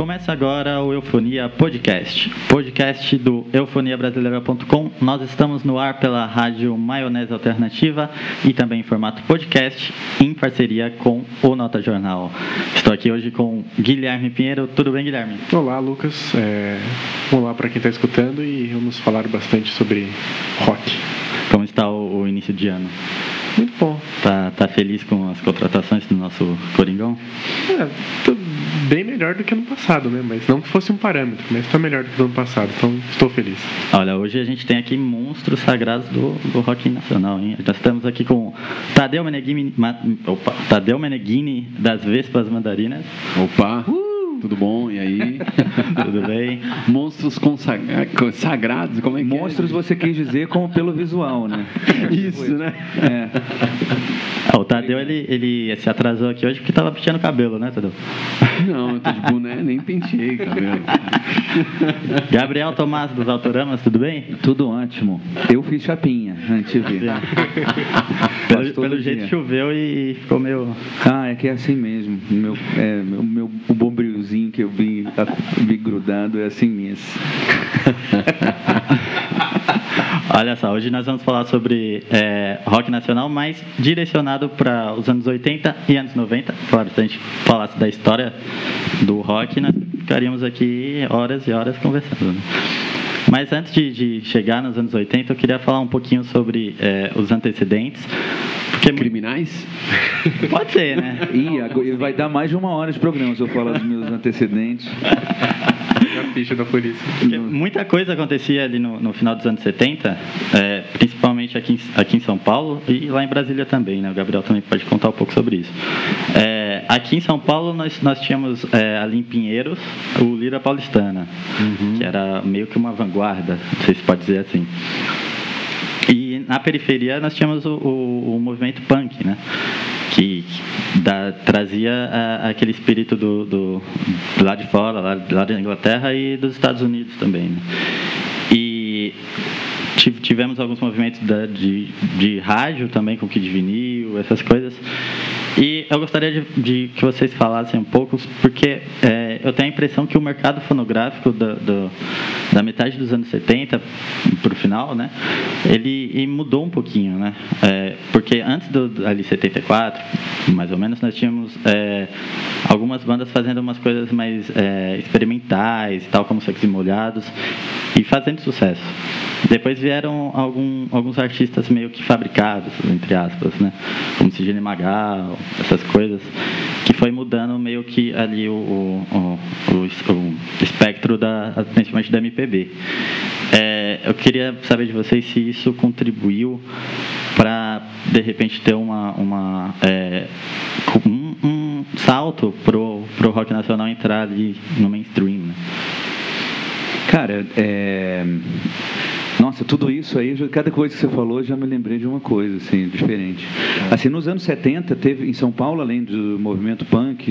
Começa agora o Eufonia Podcast, podcast do eufoniabrasileira.com. Nós estamos no ar pela rádio Maionese Alternativa e também em formato podcast, em parceria com o Nota Jornal. Estou aqui hoje com Guilherme Pinheiro. Tudo bem, Guilherme? Olá, Lucas. Olá para quem está escutando e vamos falar bastante sobre rock. Como está o início de ano? Muito bom. Tá feliz com as contratações do nosso Coringão? Tô bem melhor do que ano passado, né? Mas não que fosse um parâmetro, mas está melhor do que no ano passado, então estou feliz. Olha, hoje a gente tem aqui monstros sagrados do rock nacional, hein? Nós estamos aqui com Tadeu Meneghini das Vespas Mandarinas. Opa! Tudo bom? E aí? Tudo bem? Monstros sagrados, como é que monstros você quis dizer como pelo visual, né? Isso, né? O Tadeu, ele se atrasou aqui hoje porque estava penteando o cabelo, né, Tadeu? Não, eu tô de boné, nem pentei cabelo. Gabriel Tomás dos Autoramas, tudo bem? Tudo ótimo. Eu fiz chapinha antes de vir. Pelo jeito choveu e ficou meio... É que é assim mesmo. O bombrilzinho que eu vi grudado é assim mesmo. Olha só, hoje nós vamos falar sobre rock nacional, mas direcionado para os anos 80 e anos 90. Claro, se a gente falasse da história do rock, nós ficaríamos aqui horas e horas conversando, né? Mas antes de chegar nos anos 80, eu queria falar um pouquinho sobre os antecedentes. Criminais? Pode ser, né? Vai dar mais de 1 hora de programa se eu falar dos meus antecedentes. A ficha da polícia. Porque muita coisa acontecia ali no final dos anos 70, principalmente aqui em São Paulo e lá em Brasília também, né? O Gabriel também pode contar um pouco sobre isso. Aqui em São Paulo nós tínhamos ali em Pinheiros o Lira Paulistana, que era meio que uma vanguarda, não sei se pode dizer assim. E na periferia nós tínhamos o movimento punk, né? Que trazia aquele espírito do lá de fora, lá da Inglaterra e dos Estados Unidos também, né? E tivemos alguns movimentos de rádio também, com Kid Vinil, essas coisas. E eu gostaria de que vocês falassem um pouco, porque eu tenho a impressão que o mercado fonográfico da metade dos anos 70 para o final, né, ele mudou um pouquinho, né? Porque antes ali 74, mais ou menos, nós tínhamos algumas bandas fazendo umas coisas mais experimentais, tal como Secos e Molhados, e fazendo sucesso. Depois vieram alguns artistas meio que fabricados, entre aspas, né? Como Sidney Magal, essas coisas, que foi mudando meio que ali o espectro principalmente da MPB. Eu queria saber de vocês se isso contribuiu para, de repente, ter um salto pro rock nacional entrar ali no mainstream, né? Cara, nossa, tudo isso aí, cada coisa que você falou, já me lembrei de uma coisa, assim, diferente. Assim, nos anos 70, teve em São Paulo, além do movimento punk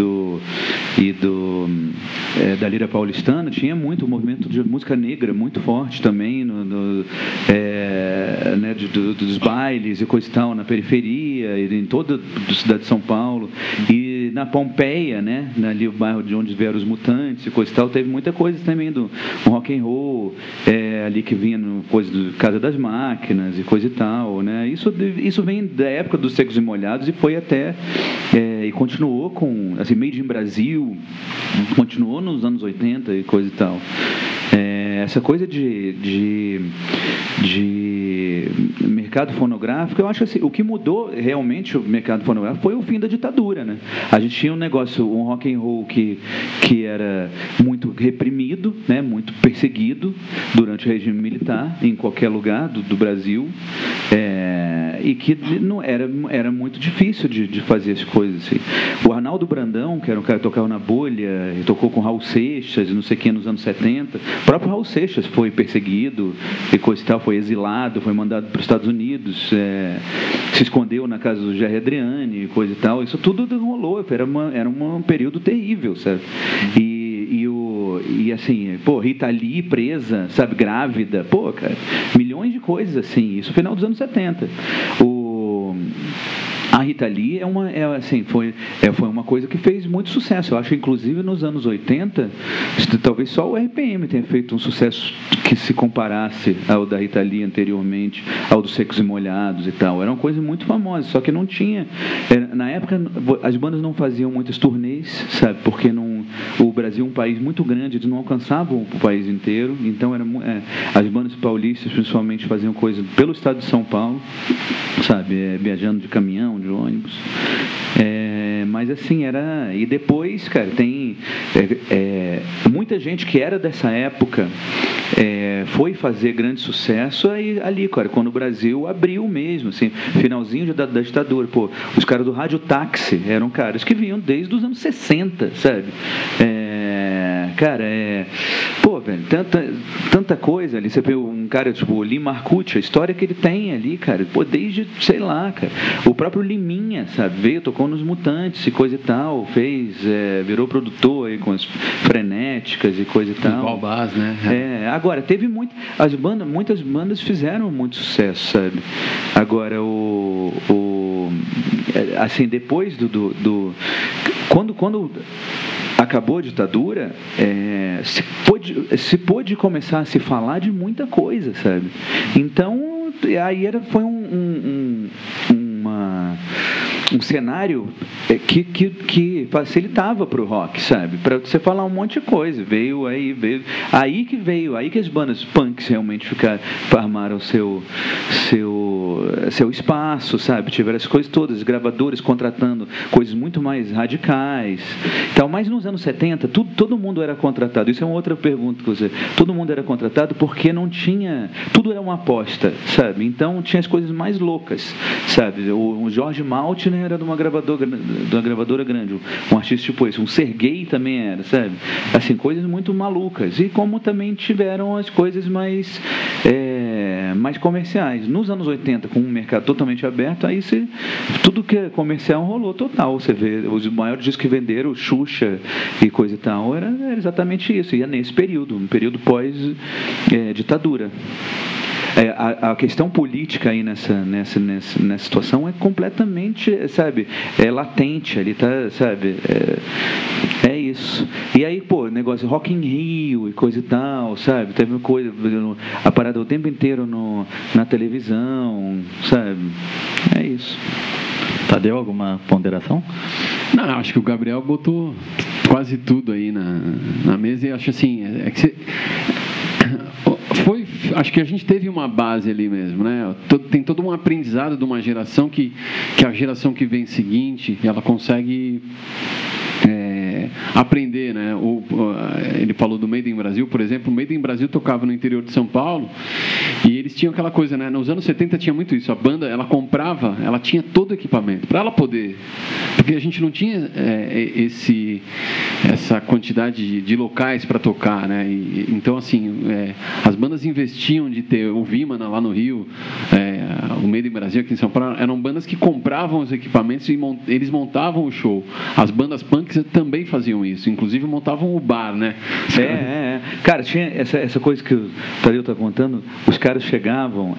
da Lira Paulistana, tinha muito movimento de música negra, muito forte também, né, dos bailes e coisa e tal, na periferia, e em toda a cidade de São Paulo. E na Pompeia, né, ali o bairro de onde vieram os Mutantes e coisa e tal, teve muita coisa também do rock and roll, ali que vinha coisa do Casa das Máquinas e coisa e tal, né? Isso vem da época dos Secos e Molhados e foi até e continuou com, assim, Made in Brasil, continuou nos anos 80 e coisa e tal. Essa coisa de mercado fonográfico, eu acho assim, o que mudou realmente o mercado fonográfico foi o fim da ditadura, né? A gente tinha um rock and roll que era muito reprimido, né? Muito perseguido durante o regime militar em qualquer lugar do Brasil, e que não era muito difícil de fazer as coisas assim. O Arnaldo Brandão, que era um cara que tocava na Bolha, e tocou com Raul Seixas e não sei quem nos anos 70, o próprio Raul Seixas foi perseguido e coisa e tal, foi exilado, foi mandado para os Estados Unidos, se escondeu na casa do Jerry Adriani e coisa e tal. Isso tudo rolou, era um período terrível, sabe? E assim, Rita Lee presa, sabe, grávida, cara, milhões de coisas assim, isso no final dos anos 70. A Rita Lee foi uma coisa que fez muito sucesso. Eu acho, inclusive, nos anos 80, talvez só o RPM tenha feito um sucesso que se comparasse ao da Rita Lee anteriormente, ao dos Secos e Molhados e tal. Era uma coisa muito famosa, só que não tinha... Na época, as bandas não faziam muitas turnês, sabe? Porque o Brasil é um país muito grande, eles não alcançavam o país inteiro, então as bandas paulistas, principalmente, faziam coisa pelo estado de São Paulo, sabe? Viajando de caminhão, de ônibus. Mas assim, e depois, cara, tem muita gente que era dessa época foi fazer grande sucesso ali, cara, quando o Brasil abriu mesmo, assim, finalzinho da ditadura. Pô, os caras do Rádio Táxi eram caras que vinham desde os anos 60, sabe? Cara, pô, velho, tanta coisa ali. Você vê um cara tipo o Lee Marcucci, a história que ele tem ali, cara, pô, desde, sei lá, cara, o próprio Liminha, sabe, veio, tocou nos Mutantes e coisa e tal, virou produtor aí com as Frenéticas e coisa e tal. Os Balbás, né? Agora, teve muitas bandas fizeram muito sucesso, sabe? Agora, assim, depois quando acabou a ditadura, se pôde começar a se falar de muita coisa, sabe? Então, aí foi um cenário que facilitava para o rock, sabe? Para você falar um monte de coisa. Aí que as bandas punks realmente armaram seu espaço, sabe? Tiveram as coisas todas, gravadores contratando coisas muito mais radicais. Então, mas nos anos 70, todo mundo era contratado. Isso é uma outra pergunta que você... Todo mundo era contratado porque não tinha... Tudo era uma aposta, sabe? Então, tinha as coisas mais loucas, sabe? O Jorge Maltner era de uma gravadora grande, um artista tipo esse. Um Serguei também era, sabe? Assim, coisas muito malucas. E como também tiveram as coisas mais comerciais. Nos anos 80, com um mercado totalmente aberto, aí tudo que é comercial rolou total. Você vê, os maiores discos que venderam, Xuxa e coisa e tal, era exatamente isso. E é nesse período, um período pós-ditadura. A questão política aí nessa situação é completamente, sabe, latente ali, tá, sabe, é isso. E aí, pô, negócio Rock in Rio e coisa e tal, sabe, teve coisa, a parada o tempo inteiro na televisão, sabe, é isso. Tadeu, alguma ponderação? Não, acho que o Gabriel botou quase tudo aí na mesa e acho assim, acho que a gente teve uma base ali mesmo, né? Tem todo um aprendizado de uma geração que a geração que vem seguinte, ela consegue aprender, né? Ele falou do Made in Brasil, por exemplo. O Made in Brasil tocava no interior de São Paulo e eles tinham aquela coisa, né? Nos anos 70 tinha muito isso. A banda, ela comprava, ela tinha todo o equipamento para ela poder, porque a gente não tinha essa quantidade de locais para tocar, né? Então, assim, as bandas investiam de ter o Vimana lá no Rio, o Made in Brasil aqui em São Paulo, eram bandas que compravam os equipamentos e eles montavam o show. As bandas punks também faziam isso, inclusive montavam o bar, né? Cara, tinha essa coisa que o Tadeu está contando. Os caras chegavam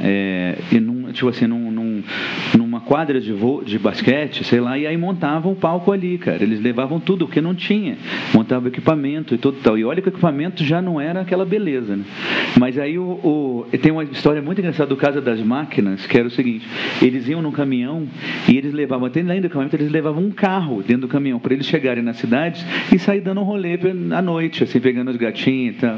numa quadra de basquete, sei lá, e aí montavam o palco ali, cara. Eles levavam tudo, porque não tinha. Montavam equipamento e tudo tal. E olha que o equipamento já não era aquela beleza, né? Mas aí tem uma história muito engraçada do Casa das Máquinas, que era o seguinte: eles iam no caminhão e eles levavam, até além do caminhão, eles levavam um carro dentro do caminhão para eles chegarem nas cidades e sair dando um rolê à noite, assim, pegando os gatinhos e tal.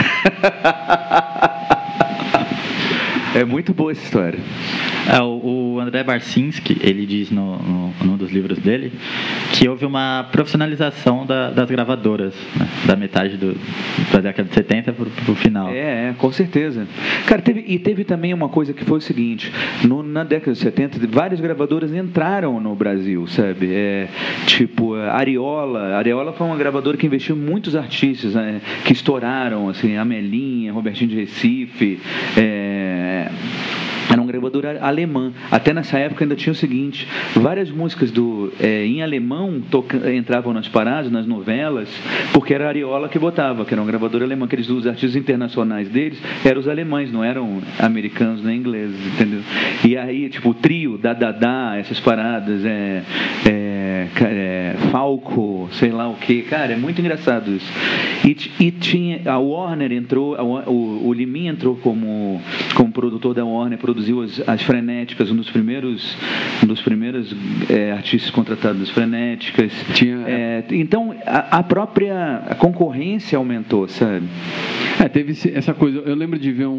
É muito boa essa história. O André Barcinski, ele diz num dos livros dele que houve uma profissionalização das gravadoras, né, da metade da década de 70 para o final. Com certeza. Cara, teve também uma coisa que foi o seguinte: na década de 70, várias gravadoras entraram no Brasil, sabe? Tipo, a Ariola foi uma gravadora que investiu em muitos artistas, né, que estouraram, assim, Amelinha, Robertinho de Recife, eram gravadora alemã. Até nessa época ainda tinha o seguinte: várias músicas em alemão entravam nas paradas, nas novelas, porque era a Ariola que botava, que era uma gravadora alemã, que os artistas internacionais deles eram os alemães, não eram americanos nem ingleses, entendeu? E aí, tipo, o trio, Dadadá, essas paradas, Falco, sei lá o que, cara, é muito engraçado isso. E tinha, a Warner entrou, o Liminha entrou como produtor da Warner, produziu as Frenéticas, um dos primeiros artistas contratados das Frenéticas. Então a própria concorrência aumentou, sabe? Teve essa coisa. Eu lembro de ver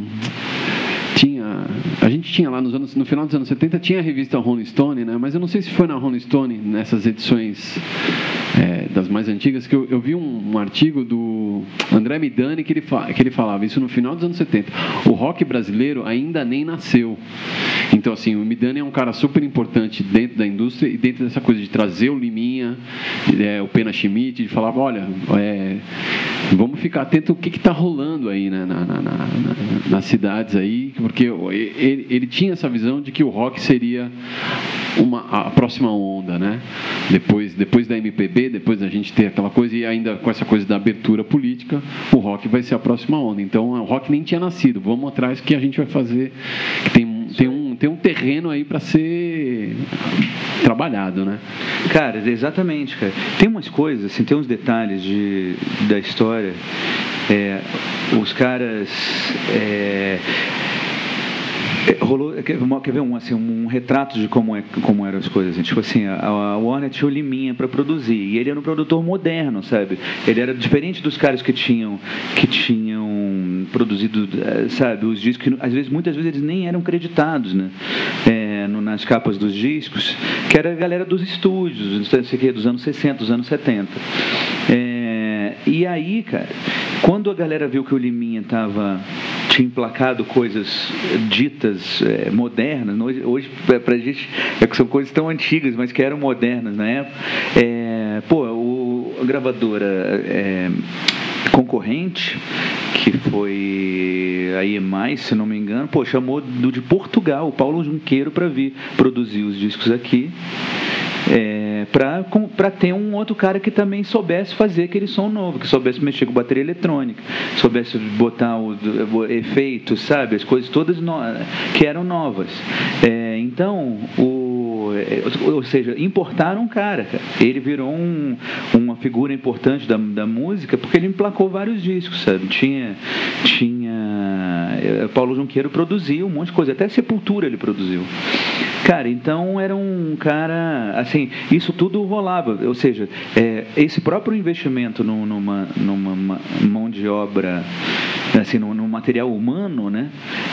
a gente tinha lá no final dos anos 70, tinha a revista Rolling Stone, né? Mas eu não sei se foi na Rolling Stone, nessas edições das mais antigas, que eu vi um artigo do André Midani que ele falava isso no final dos anos 70. O rock brasileiro ainda nem nasceu. Então, assim, o Midani é um cara super importante dentro da indústria e dentro dessa coisa de trazer o Liminha, o Pena Schmidt, de falar, olha, vamos ficar atento ao que está rolando aí, né, nas cidades aí, porque ele tinha essa visão de que o rock seria a próxima onda, né? Depois da MPB, depois da gente ter aquela coisa, e ainda com essa coisa da abertura política, o rock vai ser a próxima onda. Então, o rock nem tinha nascido. Vamos atrás que a gente vai fazer. Tem um terreno aí para ser trabalhado, né? Cara, exatamente, cara. Tem umas coisas, assim, tem uns detalhes da história. Os caras... quer ver um retrato de como eram as coisas, assim. Tipo assim, a Warner tinha o Liminha para produzir, e ele era um produtor moderno, sabe? Ele era diferente dos caras que tinham produzido, sabe, os discos que muitas vezes eles nem eram creditados, né? Nas capas dos discos, que era a galera dos estúdios, não sei o que, dos anos 60, dos anos 70. E aí, cara, quando a galera viu que o Liminha tinha emplacado coisas ditas modernas, hoje pra gente são coisas tão antigas, mas que eram modernas na época, a gravadora concorrente, que foi a EMI, se não me engano, chamou de Portugal, o Paulo Junqueiro, para vir produzir os discos aqui. Para ter um outro cara que também soubesse fazer aquele som novo, que soubesse mexer com bateria eletrônica, soubesse botar o efeito, sabe, as coisas todas que eram novas. Então, ou seja, importaram um cara. Ele virou uma figura importante da música porque ele emplacou vários discos, sabe? Tinha Paulo Junqueiro produziu um monte de coisa, até Sepultura ele produziu. Cara, então era um cara, assim, isso tudo rolava, ou seja, esse próprio investimento numa mão de obra, assim, no material humano, né?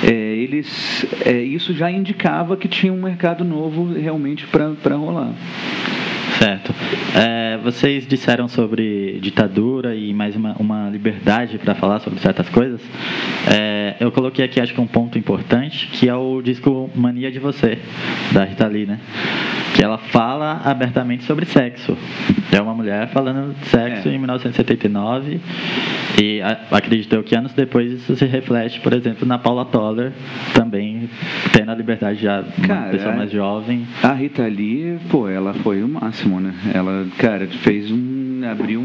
Isso já indicava que tinha um mercado novo realmente para rolar. Certo. Vocês disseram sobre ditadura e mais uma liberdade para falar sobre certas coisas. Eu coloquei aqui, acho que um ponto importante, que é o disco Mania de Você, da Rita Lee, né? Que ela fala abertamente sobre sexo. É uma mulher falando de sexo em 1979 e acredito eu que anos depois isso se reflete, por exemplo, na Paula Toller, também tendo a liberdade já de uma pessoa mais jovem. A Rita Lee, ela foi o máximo, né? Ela, cara, abriu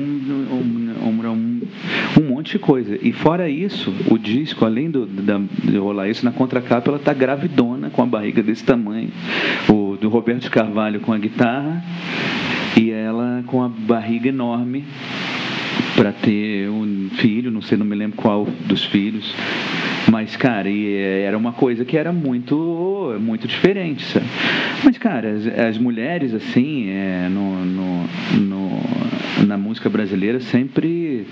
um monte de coisa. E fora isso, o disco, além de rolar isso, na contracapa ela tá gravidona, com a barriga desse tamanho. O do Roberto Carvalho com a guitarra e ela com a barriga enorme para ter um filho, não me lembro qual dos filhos, mas, cara, era uma coisa que era muito, muito diferente, sabe? Mas, cara, as mulheres, assim, na música brasileira sempre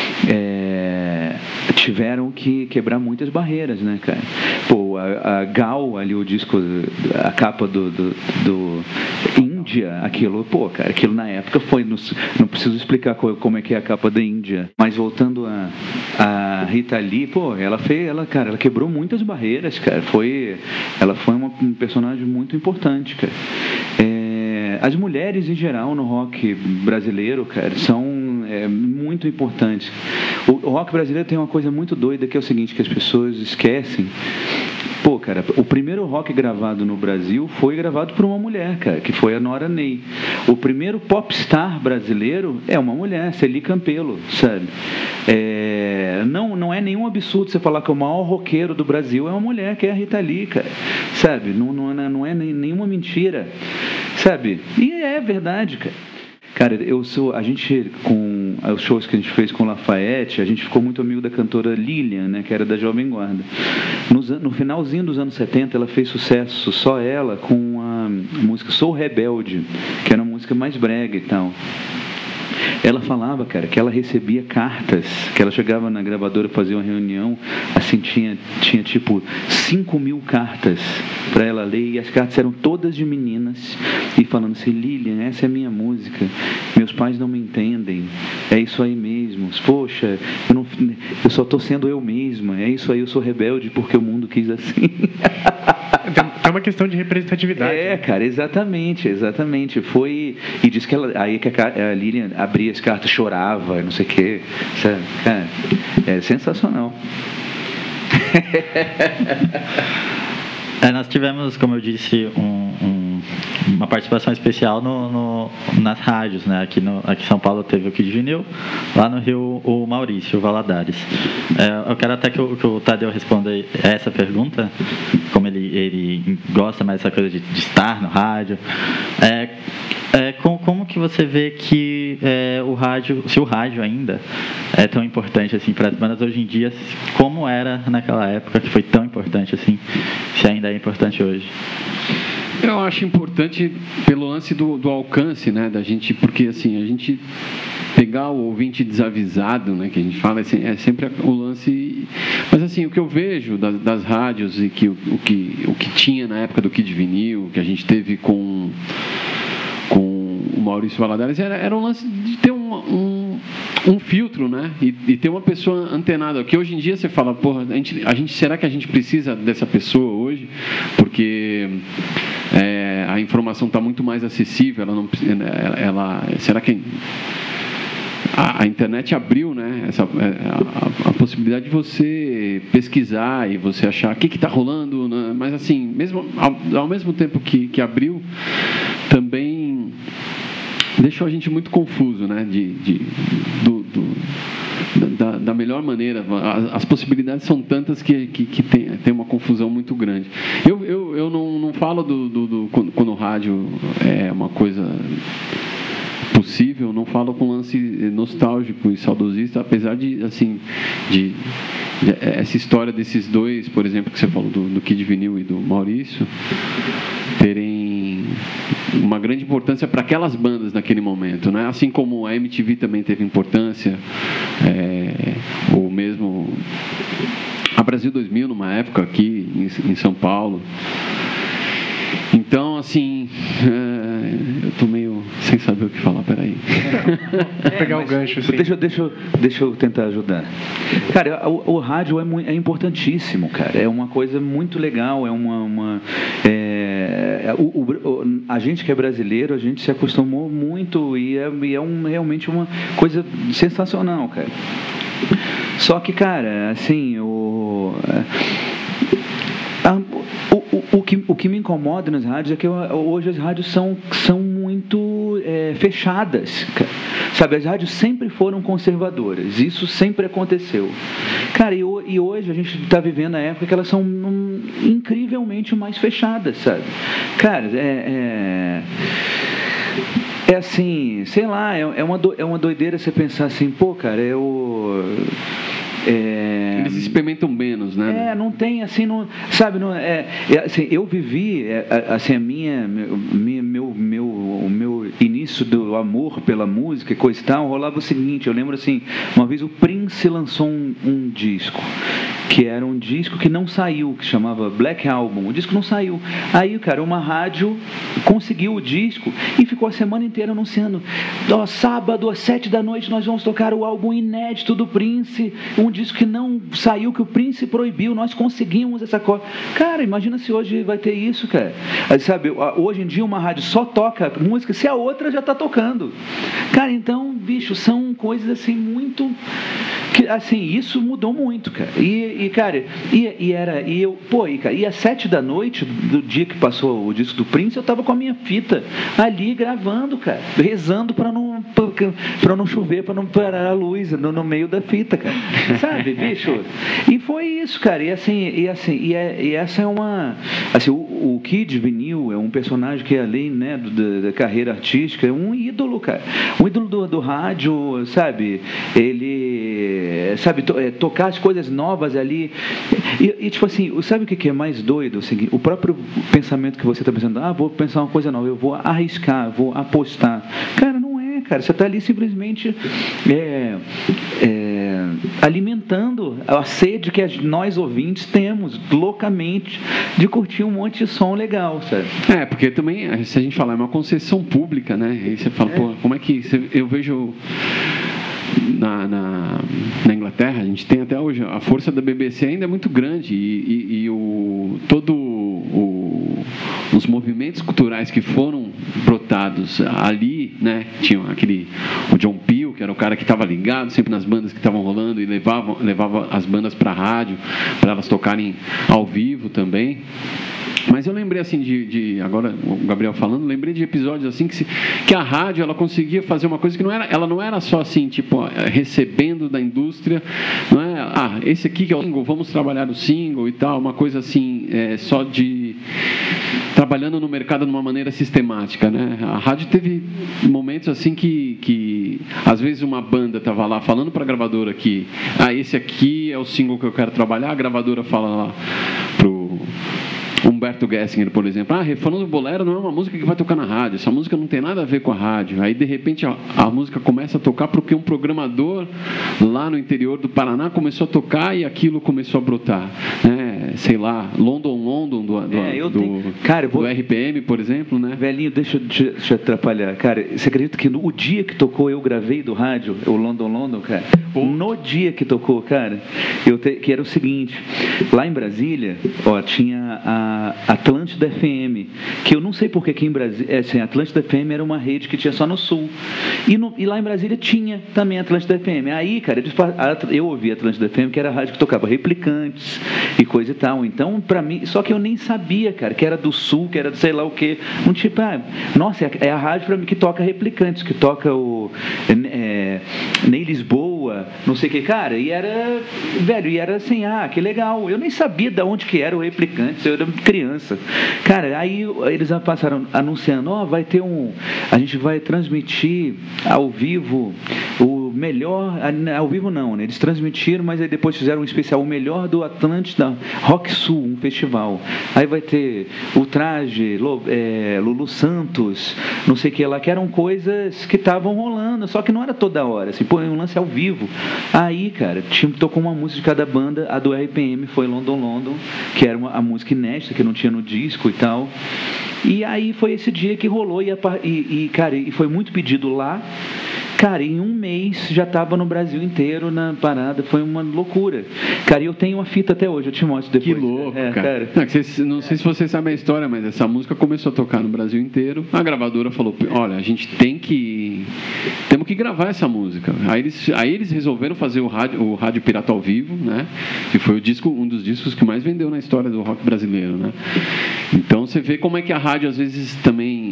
tiveram que quebrar muitas barreiras, né, cara? A Gal, ali, o disco, a capa do Índia, aquilo, cara, aquilo na época foi, não preciso explicar como é que é a capa da Índia, mas voltando a Rita Lee, ela quebrou muitas barreiras, cara, ela foi um personagem muito importante, cara. As mulheres em geral no rock brasileiro, cara, são muito importantes. O rock brasileiro tem uma coisa muito doida que é o seguinte, que as pessoas esquecem. cara, o primeiro rock gravado no Brasil foi gravado por uma mulher, cara, que foi a Nora Ney. O primeiro popstar brasileiro é uma mulher, Celi Campelo, sabe? Não é nenhum absurdo você falar que o maior roqueiro do Brasil é uma mulher, que é a Rita Lee, cara, sabe? Não é nenhuma mentira, sabe? E é verdade, cara. Cara, a gente, com os shows que a gente fez com Lafayette, a gente ficou muito amigo da cantora Lilian, né, que era da Jovem Guarda. No finalzinho dos anos 70, ela fez sucesso, só ela, com a música Sou Rebelde, que era uma música mais brega e tal. Ela falava, cara, que ela recebia cartas, que ela chegava na gravadora fazer uma reunião, assim, tinha tipo 5.000 cartas para ela ler, e as cartas eram todas de meninas, e falando assim: Lilian, essa é a minha música, meus pais não me entendem, é isso aí mesmo, poxa, eu só estou sendo eu mesma, é isso aí, eu sou rebelde porque o mundo quis assim. É uma questão de representatividade. Cara, exatamente. Foi, e diz que aí que a Lilian abria as cartas, chorava, não sei o quê. Sabe? Cara, é sensacional. Nós tivemos, como eu disse, uma participação especial nas rádios, né? Aqui em São Paulo teve o Kid Vinil, lá no Rio o Maurício Valadares. Eu quero até que o Tadeu responda essa pergunta, como ele gosta mais dessa coisa de estar no rádio. Como que você vê que o rádio, se o rádio ainda é tão importante assim para as bandas hoje em dia, como era naquela época, que foi tão importante assim, se ainda é importante hoje? Eu acho importante pelo lance do alcance, né, da gente, porque assim, a gente pegar o ouvinte desavisado, né, que a gente fala, é sempre o lance. Mas assim, o que eu vejo das rádios e o que tinha na época do Kid Vinil, que a gente teve com o Maurício Valadares, era um lance de ter um filtro, né? E ter uma pessoa antenada. Que hoje em dia você fala, porra, será que a gente precisa dessa pessoa hoje? Porque a informação está muito mais acessível. Será que a internet abriu, né, a possibilidade de você pesquisar e você achar o que está rolando, né? Mas assim, mesmo ao mesmo tempo que abriu, também deixou a gente muito confuso, né, da melhor maneira. As possibilidades são tantas que tem uma confusão muito grande. Eu não falo quando o rádio é uma coisa possível, não falo com lance nostálgico e saudosista, apesar de essa história desses dois, por exemplo, que você falou do Kid Vinil e do Maurício, terem uma grande importância para aquelas bandas naquele momento, né? Assim como a MTV também teve importância, ou mesmo a Brasil 2000 numa época aqui em São Paulo. Então, assim, eu tô meio sem saber o que falar, peraí. Vou pegar o gancho, assim. Deixa eu tentar ajudar. Cara, o rádio é importantíssimo, cara. É uma coisa muito legal, a gente que é brasileiro, a gente se acostumou muito e é realmente uma coisa sensacional, cara. Só que, cara, assim, o que me incomoda nas rádios é que hoje as rádios são muito fechadas, cara. Sabe, as rádios sempre foram conservadoras, isso sempre aconteceu, cara, e hoje a gente está vivendo a época que elas são incrivelmente mais fechadas, sabe, cara, assim, sei lá, é uma doideira você pensar assim, pô, cara, eles experimentam menos, né? Não tem, assim, sabe, assim, eu vivi, assim, o meu início do amor pela música e coisa e tal, rolava o seguinte, eu lembro, assim, uma vez o Prince lançou um disco, que era um disco que não saiu, que chamava Black Album, o disco não saiu, aí, cara, uma rádio conseguiu o disco e ficou a semana inteira anunciando, sábado às 7 da noite nós vamos tocar o álbum inédito do Prince, um disco que não saiu, que o Prince proibiu, nós conseguimos essa coisa. Cara, imagina se hoje vai ter isso, cara. Sabe, hoje em dia uma rádio só toca música se a outra já está tocando. Cara, então, bicho, são coisas assim muito... Que, assim, isso mudou muito, cara. Cara, às 7 da noite, do dia que passou o disco do Prince, eu tava com a minha fita ali gravando, cara, rezando para não chover, para não parar a luz no meio da fita, cara. Sabe, bicho? E foi isso, cara. E essa é uma... Assim, o Kid Vinil é um personagem que, além, né, da carreira artística, é um ídolo, cara. Um ídolo do rádio, sabe? Ele... sabe, tocar as coisas novas ali e tipo assim, sabe o que é mais doido? O próprio pensamento que você está pensando, vou pensar uma coisa nova, eu vou arriscar, vou apostar, cara, não é, cara, você está ali simplesmente alimentando a sede que nós ouvintes temos loucamente de curtir um monte de som legal, sabe? Porque também, se a gente falar, é uma concessão pública, né? Aí você fala, pô, como é que eu vejo na Inglaterra, a gente tem até hoje, a força da BBC ainda é muito grande e os movimentos culturais que foram brotados ali, né, tinha o John Peel, que era o cara que estava ligado sempre nas bandas que estavam rolando e levava as bandas para a rádio, para elas tocarem ao vivo também. Mas eu lembrei assim agora o Gabriel falando, lembrei de episódios assim que a rádio ela conseguia fazer uma coisa que ela não era só assim, tipo, recebendo da indústria, não é, esse aqui que é o single, vamos trabalhar o single e tal, uma coisa assim, só de trabalhando no mercado de uma maneira sistemática, né? A rádio teve momentos assim que às vezes uma banda estava lá falando para a gravadora que esse aqui é o single que eu quero trabalhar, a gravadora fala lá pro Humberto Gessinger, por exemplo, Refrão do Bolero não é uma música que vai tocar na rádio, essa música não tem nada a ver com a rádio. Aí de repente a música começa a tocar porque um programador lá no interior do Paraná começou a tocar e aquilo começou a brotar, né? Sei lá, London do RPM, por exemplo, né? Velhinho, deixa eu te atrapalhar, cara, você acredita que no dia que tocou eu gravei do rádio, o London, cara? No dia que tocou, cara, que era o seguinte, lá em Brasília, tinha a Atlântida FM, que eu não sei porque aqui em Brasília, assim, a Atlântida FM era uma rede que tinha só no Sul, e lá em Brasília tinha também a Atlântida FM. Aí, cara, eu ouvi a Atlântida FM, que era a rádio que tocava Replicantes e coisa e tal. Então, pra mim, só que eu nem sabia, cara, que era do Sul, que era do sei lá o quê. Um tipo, nossa, é a rádio pra mim que toca Replicantes, que toca o Ney Lisboa, não sei o que, cara, e era assim, que legal. Eu nem sabia de onde que era o Replicantes, eu era criança. Cara, aí eles passaram anunciando, a gente vai transmitir ao vivo o melhor, ao vivo não, né? Eles transmitiram, mas aí depois fizeram um especial, o melhor do Atlântida Rock Sul, um festival. Aí vai ter o Traje, Lulu Santos, não sei o que lá, que eram coisas que estavam rolando, só que não era toda hora, assim, um lance ao vivo. Aí, cara, tocou uma música de cada banda, a do RPM foi London, que era a música inédita, que não tinha no disco e tal. E aí foi esse dia que rolou cara, e foi muito pedido lá. Cara, em um mês já estava no Brasil inteiro na parada, foi uma loucura. Cara, e eu tenho uma fita até hoje, eu te mostro depois. Que louco, cara. Não sei se vocês sabem a história, mas essa música começou a tocar no Brasil inteiro. A gravadora falou, olha, a gente temos que gravar essa música. Aí eles resolveram fazer o rádio pirata ao vivo, né? Que foi um dos discos que mais vendeu na história do rock brasileiro, né? Então você vê como é que a rádio às vezes também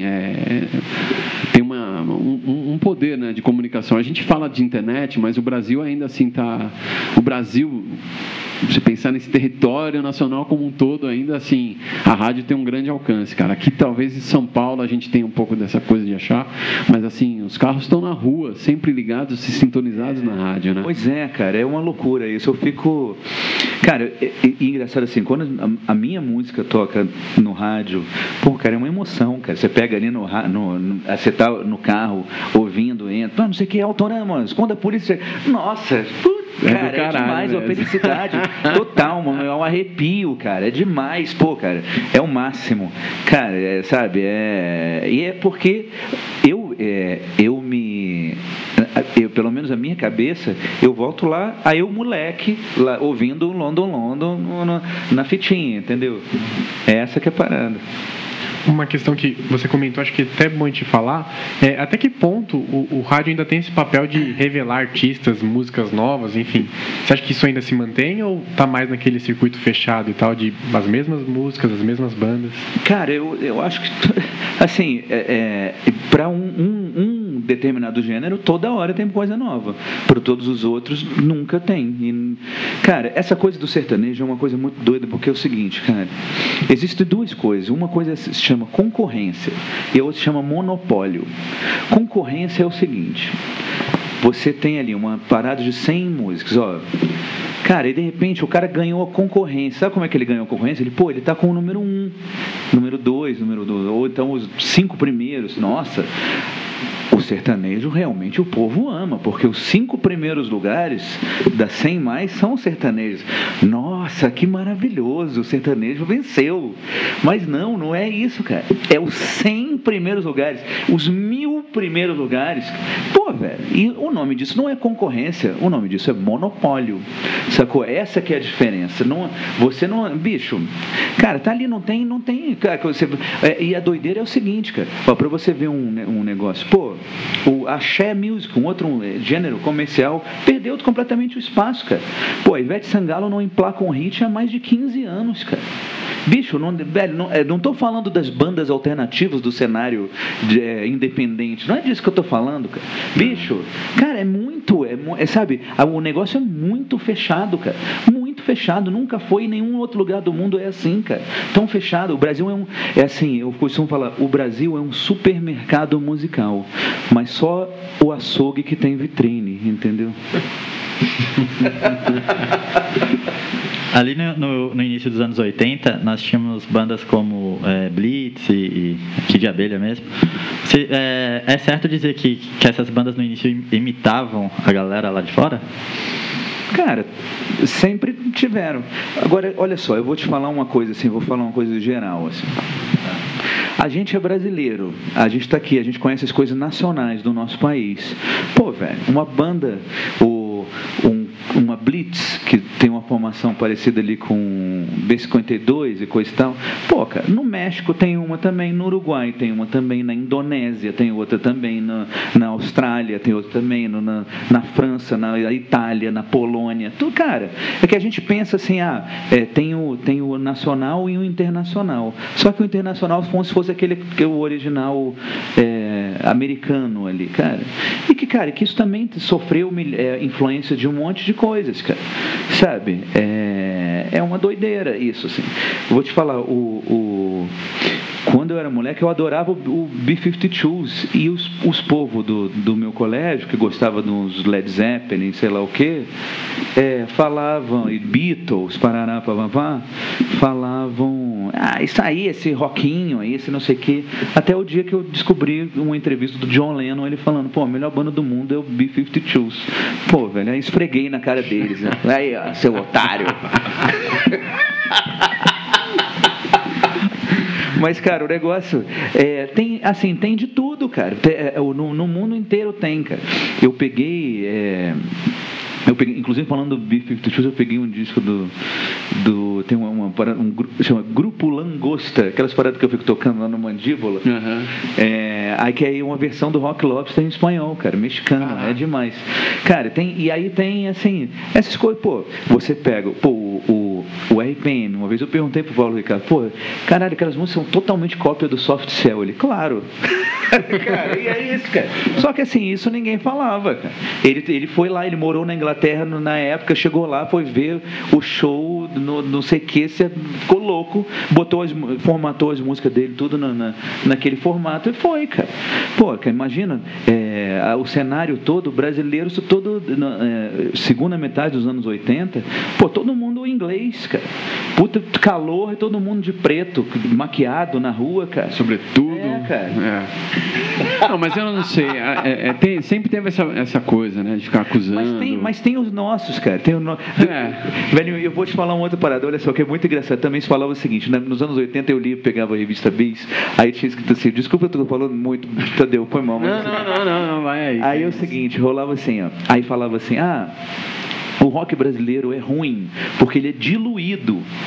tem um poder, né, de comunicação. A gente fala de internet, mas o Brasil ainda assim o Brasil, se pensar nesse território nacional como um todo, ainda assim, a rádio tem um grande alcance, cara. Aqui, talvez, em São Paulo, a gente tenha um pouco dessa coisa de achar, mas, assim, os carros estão na rua, sempre ligados e sintonizados na rádio, né? Pois é, cara, é uma loucura isso. Eu fico... Cara, engraçado assim, quando a minha música toca no rádio, cara, é uma emoção, cara. Você pega ali você tá no carro, ouvindo, entra, não sei o que, Autorama, quando a polícia... Nossa, cara, é demais, é uma felicidade total, mano, é um arrepio, cara, é demais, cara, é o máximo, cara, sabe, e é porque eu pelo menos a minha cabeça, eu volto lá, aí eu moleque, lá, ouvindo London na fitinha, entendeu? É essa que é a parada. uma questão que você comentou, acho que é até bom a gente falar, até que ponto o rádio ainda tem esse papel de revelar artistas, músicas novas, enfim. Você acha que isso ainda se mantém ou tá mais naquele circuito fechado e tal, de as mesmas músicas, as mesmas bandas? Cara, eu acho que, assim, para um determinado gênero, toda hora tem coisa nova. Para todos os outros, nunca tem. E, cara, essa coisa do sertanejo é uma coisa muito doida, porque é o seguinte, cara, existem duas coisas. Uma coisa se chama concorrência e a outra se chama monopólio. Concorrência é o seguinte: você tem ali uma parada de 100 músicas, ó. Cara, e de repente o cara ganhou a concorrência. Sabe como é que ele ganhou a concorrência? Ele tá com o número 1, número 2, ou então os 5 primeiros. Nossa, o sertanejo realmente o povo ama, porque os 5 primeiros lugares das 100 mais são sertanejos. Nossa, que maravilhoso, o sertanejo venceu. Mas não é isso, cara. É os 100 primeiros lugares, os 1000 primeiros lugares. Pô, velho, e o nome disso não é concorrência, o nome disso é monopólio. Sacou? Essa que é a diferença. Você não... Bicho, cara, tá ali, não tem... Cara, e a doideira é o seguinte, cara. Ó, pra você ver um negócio, pô, o axé music, um outro gênero comercial, perdeu completamente o espaço, cara. Pô, a Ivete Sangalo não emplaca um hit há mais de 15 anos, cara. Bicho, não estou falando das bandas alternativas do cenário independente. Não é disso que eu estou falando, cara. Bicho, cara, sabe, o negócio é muito fechado, cara. Muito fechado. Nunca foi em nenhum outro lugar do mundo é assim, cara. Tão fechado. O Brasil é assim, eu costumo falar, o Brasil é um supermercado musical, mas só o açougue que tem vitrine, entendeu? Ali no início dos anos 80, nós tínhamos bandas como Blitz e Kid Abelha mesmo. É certo dizer que essas bandas no início imitavam a galera lá de fora? Cara, sempre tiveram. Agora, olha só, eu vou te falar uma coisa assim, vou falar uma coisa geral, assim. A gente é brasileiro, a gente está aqui, a gente conhece as coisas nacionais do nosso país. Pô, velho, uma banda, uma Blitz, que tem uma formação parecida ali com B-52 e coisa e tal. Pô, cara, no México tem uma também, no Uruguai tem uma também, na Indonésia tem outra também, na Austrália tem outra também, na França, na Itália, na Polônia. Tudo, cara, é que a gente pensa assim, tem o nacional e o internacional. Só que o internacional como se fosse aquele que é o original americano ali, cara. E que isso também sofreu influência de um monte de coisas, cara. Sabe? É uma doideira isso, assim. Eu vou te falar, quando eu era moleque, eu adorava o B-52s e os povos do meu colégio, que gostavam dos Led Zeppelin, sei lá o quê, falavam, e Beatles, parará, pavavá, falavam, isso aí, esse rockinho aí, esse não sei o quê. Até o dia que eu descobri uma entrevista do John Lennon, ele falando, pô, a melhor banda do mundo é o B-52s. Pô, velho, aí esfreguei na cara deles, né? Aí, ó, seu otário. Mas, cara, o negócio tem de tudo, cara. No mundo inteiro tem, cara. Eu peguei, inclusive falando do B-52s, eu peguei um disco tem um grupo chama Grupo Langosta, aquelas paradas que eu fico tocando lá no Mandíbula. Uhum. Aí que é uma versão do Rock Lobster em espanhol, cara, mexicano, é demais. Cara, e aí tem assim, essas coisas, pô, você pega, o RPM, uma vez eu perguntei pro Paulo Ricardo, pô, caralho, aquelas músicas são totalmente cópia do Soft Cell. Ele, claro. Cara, e é isso, cara. Só que assim, isso ninguém falava, cara. Ele foi lá, ele morou na Inglaterra na época, chegou lá, foi ver o show, não sei o que, ficou louco, formatou as músicas dele tudo naquele formato e foi, cara. Pô, cara, imagina, o cenário todo brasileiro, isso todo, segunda metade dos anos 80, pô, todo mundo inglês, cara. Puta calor e todo mundo de preto, maquiado na rua, cara. Sobretudo. Cara. Não, mas eu não sei. Sempre teve essa coisa, né? De ficar acusando. Mas tem os nossos, cara. Velho, eu vou te falar uma outra parada. Olha só, que é muito engraçado. Também se falava o seguinte, né? Nos anos 80 eu pegava a revista Bis, aí tinha escrito assim, desculpa, eu tô falando muito, Tadeu, foi mal. Mas não, vai aí. Aí é o seguinte, rolava assim, ó. Aí falava assim, o rock brasileiro é ruim porque ele é diluído.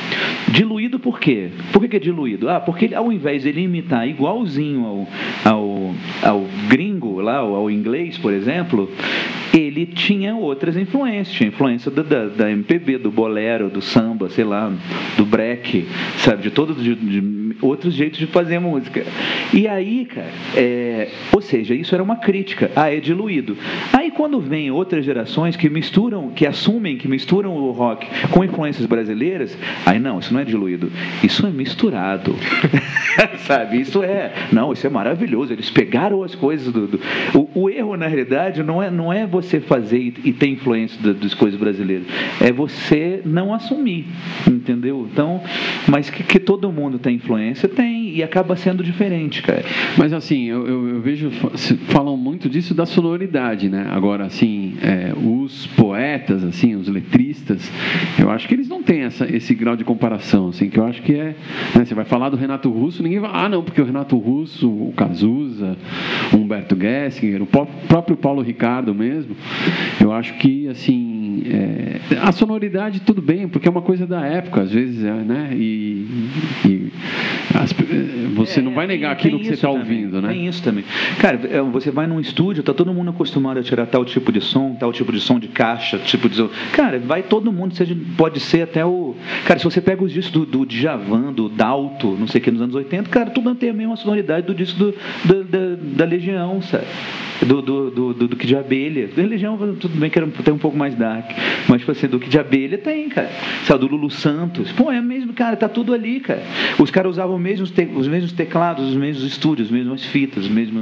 Diluído por quê? Por que é diluído? Porque ao invés de ele imitar igualzinho ao gringo, lá, ao inglês, por exemplo, ele tinha outras influências. Tinha influência da MPB, do bolero, do samba, sei lá, do break, sabe? De todos de outros jeitos de fazer música. E aí, cara, ou seja, isso era uma crítica. É diluído. Aí quando vem outras gerações que misturam, que assumem que misturam o rock com influências brasileiras, aí não, isso não é diluído, isso é misturado. Sabe? Isso é maravilhoso. Eles pegaram as coisas o erro, na realidade, não é você fazer e ter influência das coisas brasileiras, é você não assumir, entendeu? Então, mas que todo mundo tem influência, tem, e acaba sendo diferente, cara. Mas assim, eu vejo, falam muito disso da sonoridade, né? Agora, assim, os poetas, assim, os letristas, eu acho que eles não têm esse grau de comparação, assim, que eu acho que né, você vai falar do Renato Russo, ninguém vai, não, porque o Renato Russo, o Cazuza, o Humberto Gessinger, o próprio Paulo Ricardo mesmo, eu acho que, assim, a sonoridade tudo bem, porque é uma coisa da época, às vezes, né? Você não vai negar aquilo que você está ouvindo, né? Tem isso também. Cara, você vai num estúdio, tá todo mundo acostumado a tirar tal tipo de som de caixa, tipo de som. Cara, vai todo mundo, pode ser até o... Cara, se você pega os discos do Djavan, do Dalto, não sei o que, nos anos 80, cara, tudo tem a mesma sonoridade do disco da Legião, sabe? Do Kid de Abelha. Da Legião, tudo bem que era até um pouco mais dark, mas tipo assim, do Kid de Abelha tem, cara. Sabe, do Lulu Santos. Pô, é mesmo, cara, tá tudo ali, cara. Os caras usavam os mesmos teclados, os mesmos estúdios, as mesmas fitas, os mesmos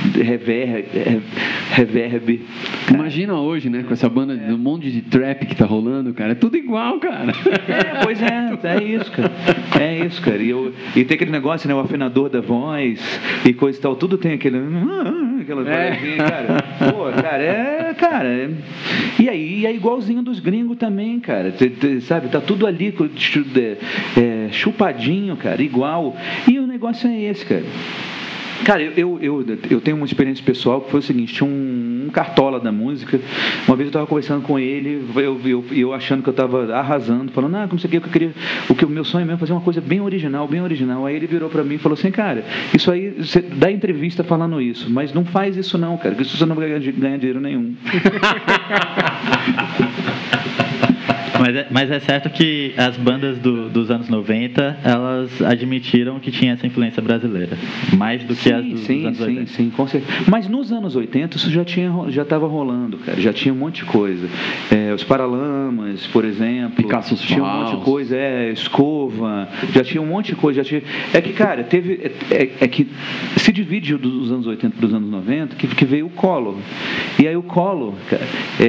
reverb. Imagina hoje, né, com essa banda, um monte de trap que tá rolando, cara, é tudo igual, cara. Pois é isso, cara. É isso, cara. E tem aquele negócio, né, o afinador da voz e coisa e tal, tudo tem aquela cara. Pô, cara, E aí é igualzinho dos gringos também, cara. Sabe, tá tudo ali chupadinho, cara, igual. E o negócio é esse, cara. Cara, eu tenho uma experiência pessoal que foi o seguinte, tinha um cartola da música, uma vez eu estava conversando com ele, eu achando que eu estava arrasando, falando, não sei o que, o meu sonho é mesmo fazer uma coisa bem original, aí ele virou para mim e falou assim, cara, isso aí, você dá entrevista falando isso, mas não faz isso não, cara, porque isso você não vai ganhar dinheiro nenhum. Mas é certo que as bandas dos anos 90, elas admitiram que tinha essa influência brasileira, mais do que as dos anos 80. Sim, com certeza. Mas nos anos 80 isso já estava rolando, cara, já tinha um monte de coisa. Os Paralamas, por exemplo. Picassos tinha um monte de coisa, Escova, já tinha um monte de coisa. É que, cara, que se divide dos anos 80 para os anos 90, que veio o Collor. E aí o Collor, cara,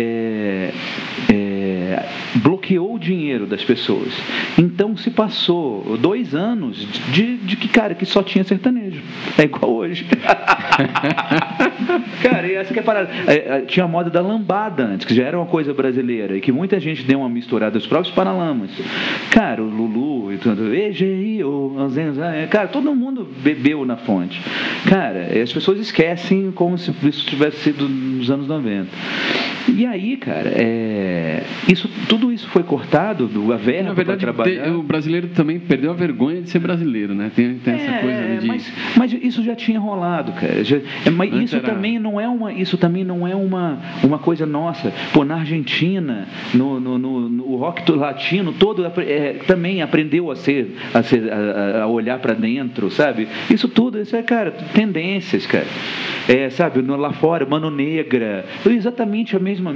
bloqueou o dinheiro das pessoas. Então se passou 2 anos de que, cara, que só tinha sertanejo. É igual hoje. Cara, e essa que é a parada. Tinha a moda da lambada antes, que já era uma coisa brasileira, e que muita gente deu uma misturada dos próprios Paralamas. Cara, o Lulu e tudo, EGI, cara, todo mundo bebeu na fonte. Cara, as pessoas esquecem como se isso tivesse sido nos anos 90. E aí, cara, tudo isso foi cortado, a verba para trabalhar. O brasileiro também perdeu a vergonha de ser brasileiro, né? Tem essa coisa de... Mas isso já tinha rolado, cara. Mas isso também não é uma coisa nossa. Pô, na Argentina, no rock latino todo também aprendeu a olhar para dentro, sabe? Isso tudo, isso cara, tendências, cara. Sabe, lá fora, Mano Negra, exatamente a mesma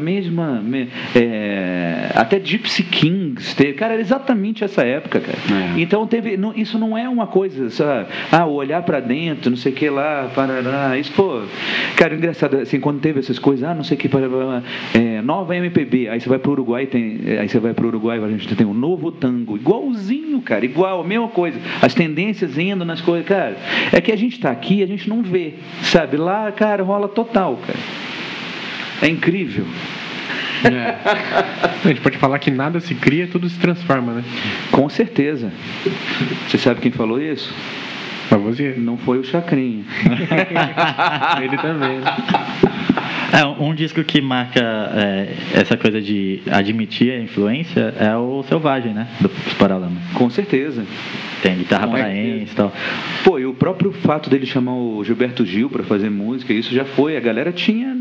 até Gypsy Kings, cara, era exatamente essa época, cara. Então isso não é uma coisa, sabe? Olhar para dentro, não sei o que lá, parará, isso, pô, cara, engraçado, assim, quando teve essas coisas, não sei o que, nova MPB, aí você vai pro Uruguai, a gente tem um novo tango, igualzinho, cara, igual, a mesma coisa, as tendências indo nas coisas, cara, é que a gente tá aqui, a gente não vê, sabe, lá, cara, rola total, cara, é incrível. A gente pode falar que nada se cria, tudo se transforma, né? Com certeza. Você sabe quem falou isso? Pra você. Não foi o Chacrinha. Ele também, né? Um disco que marca essa coisa de admitir a influência é o Selvagem, né? Dos Paralamas. Com certeza. Tem guitarra paraense e tal. Pô, e o próprio fato dele chamar o Gilberto Gil para fazer música, isso já foi. A galera tinha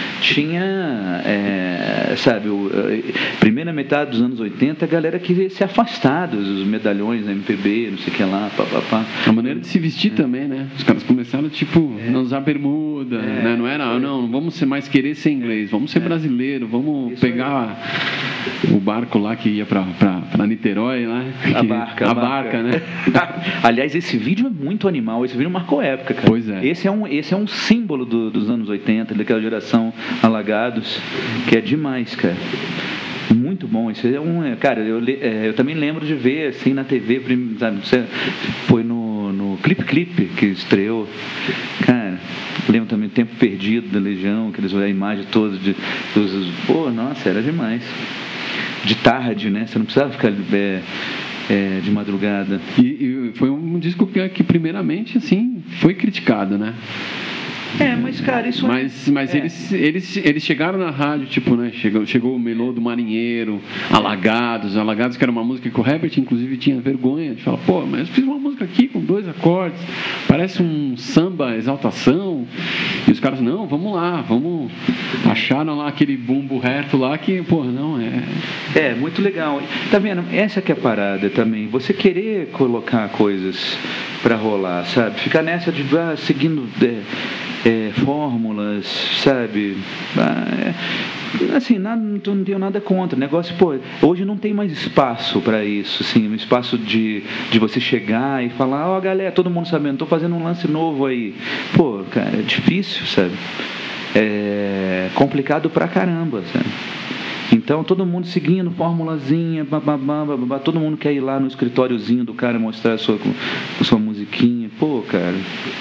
sabe, primeira metade dos anos 80, a galera queria se afastar dos medalhões da MPB, não sei o que lá, papapá. A maneira de se vestir também, né? Os caras começaram, não usar bermuda, né? Não era, não vamos querer ser inglês, vamos ser brasileiro, vamos isso pegar o barco lá que ia para Niterói, né? A barca, né? Aliás, esse vídeo é muito animal, esse vídeo marcou época, cara. Pois é. Esse é um símbolo dos anos 80, daquela geração Alagados, que é demais, cara. Muito bom. Isso é cara, eu também lembro de ver assim na TV, sabe? Foi no Clipe que estreou. Cara, lembro também o Tempo Perdido da Legião, a imagem toda pô, nossa, era demais. De tarde, né? Você não precisava ficar de madrugada. E foi um disco que primeiramente assim foi criticado, né? Mas cara, isso Mas eles chegaram na rádio, né? Chegou o Melô do Marinheiro, Alagados, que era uma música que o Herbert inclusive tinha vergonha de falar, pô, mas eu fiz uma música aqui com 2 acordes, parece um samba exaltação. E os caras, não, vamos lá, acharam lá aquele bumbo reto lá que, pô, não é. Muito legal. Tá vendo? Essa que é a parada também. Você querer colocar coisas pra rolar, sabe? Ficar nessa de seguindo fórmulas, sabe? Assim, não tenho nada contra. O negócio, pô, hoje não tem mais espaço para isso, assim, um espaço de você chegar e falar, galera, todo mundo sabendo, tô fazendo um lance novo aí. Pô, cara, é difícil, sabe? É complicado pra caramba, sabe? Então, todo mundo seguindo formulazinha, todo mundo quer ir lá no escritóriozinho do cara mostrar a sua musiquinha. Pô, cara,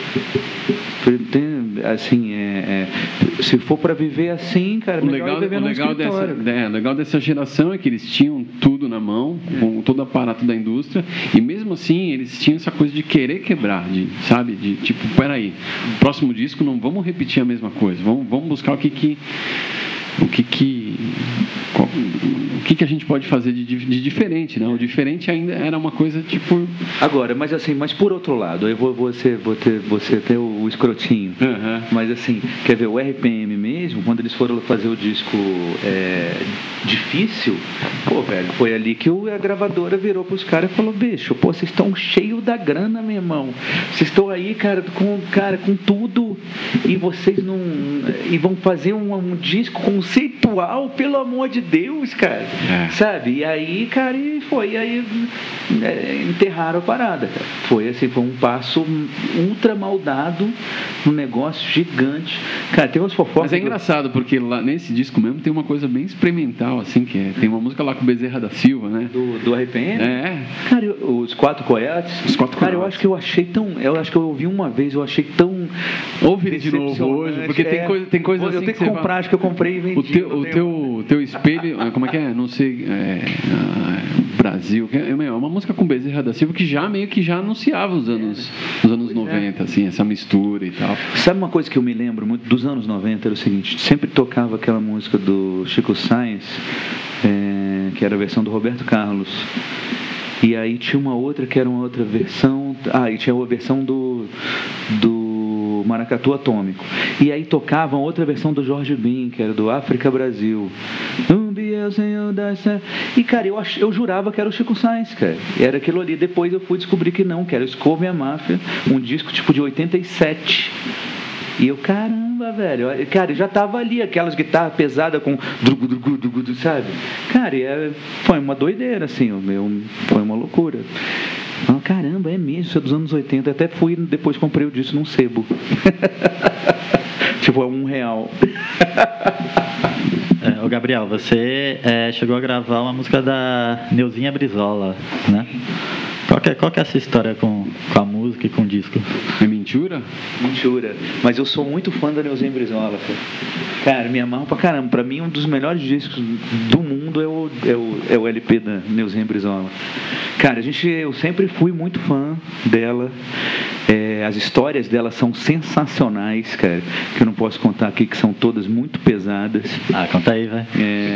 assim, se for para viver assim, cara, melhor viver no escritório. O legal dessa geração é que eles tinham tudo na mão, com todo o aparato da indústria, e mesmo assim eles tinham essa coisa de querer quebrar, sabe? De tipo, peraí, próximo disco não vamos repetir a mesma coisa, vamos buscar o que a gente pode fazer de diferente, né? O diferente ainda era uma coisa tipo... Agora, mas por outro lado, eu vou ser até o escrotinho, mas assim, quer ver, o RPM mesmo, quando eles foram fazer o disco Difícil, pô, velho, foi ali que a gravadora virou pros caras e falou, bicho, pô, vocês estão cheios da grana, meu irmão, vocês estão aí, com tudo, e vocês não... e vão fazer um disco conceitual, pelo amor de Deus, cara. Sabe? E aí, cara, enterraram a parada, cara. Foi um passo ultra maldado, um negócio gigante. Cara, tem umas fofocas. Mas é engraçado, porque lá nesse disco mesmo tem uma coisa bem experimental, assim, tem uma música lá com o Bezerra da Silva, né? Do RPM? Cara, os 4 Coiotes. Cara, eu acho que eu ouvi uma vez, eu achei tão... Ouve ele de novo hoje, porque tem coisa assim. Eu tenho que comprar, acho que eu comprei e vendi. O teu espelho, como é que é? Não sei, Brasil, é uma música com Bezerra da Silva que meio que já anunciava os anos 90, assim, essa mistura e tal. Sabe uma coisa que eu me lembro muito dos anos 90, era o seguinte, sempre tocava aquela música do Chico Sainz, que era a versão do Roberto Carlos. E aí tinha uma outra que era uma outra versão, e tinha a versão do Maracatu Atômico. E aí tocavam outra versão do Jorge Ben, que era do África Brasil. E, cara, eu jurava que era o Chico Sainz, cara. Era aquilo ali. Depois eu fui descobrir que não, que era o Scooby e a Máfia, um disco tipo de 87. E eu, caramba, velho. Cara, já tava ali, aquelas guitarras pesadas com... sabe? Cara, foi uma doideira, assim. Foi uma loucura. Caramba, é mesmo, isso é dos anos 80. Até depois comprei o disco num sebo. Tipo, é R$1. Ô Gabriel, você chegou a gravar uma música da Neuzinha Brizola, né? Qual que é essa história com a música e com o disco? É mentira? Mentira. Mas eu sou muito fã da Neuzinha Brizola, cara, me amarro pra caramba. Pra mim, um dos melhores discos do mundo é o LP da Neuzinha Brizola. Cara, eu sempre fui muito fã dela. As histórias dela são sensacionais, cara, que eu não posso contar aqui, que são todas muito pesadas. Conta aí, vai.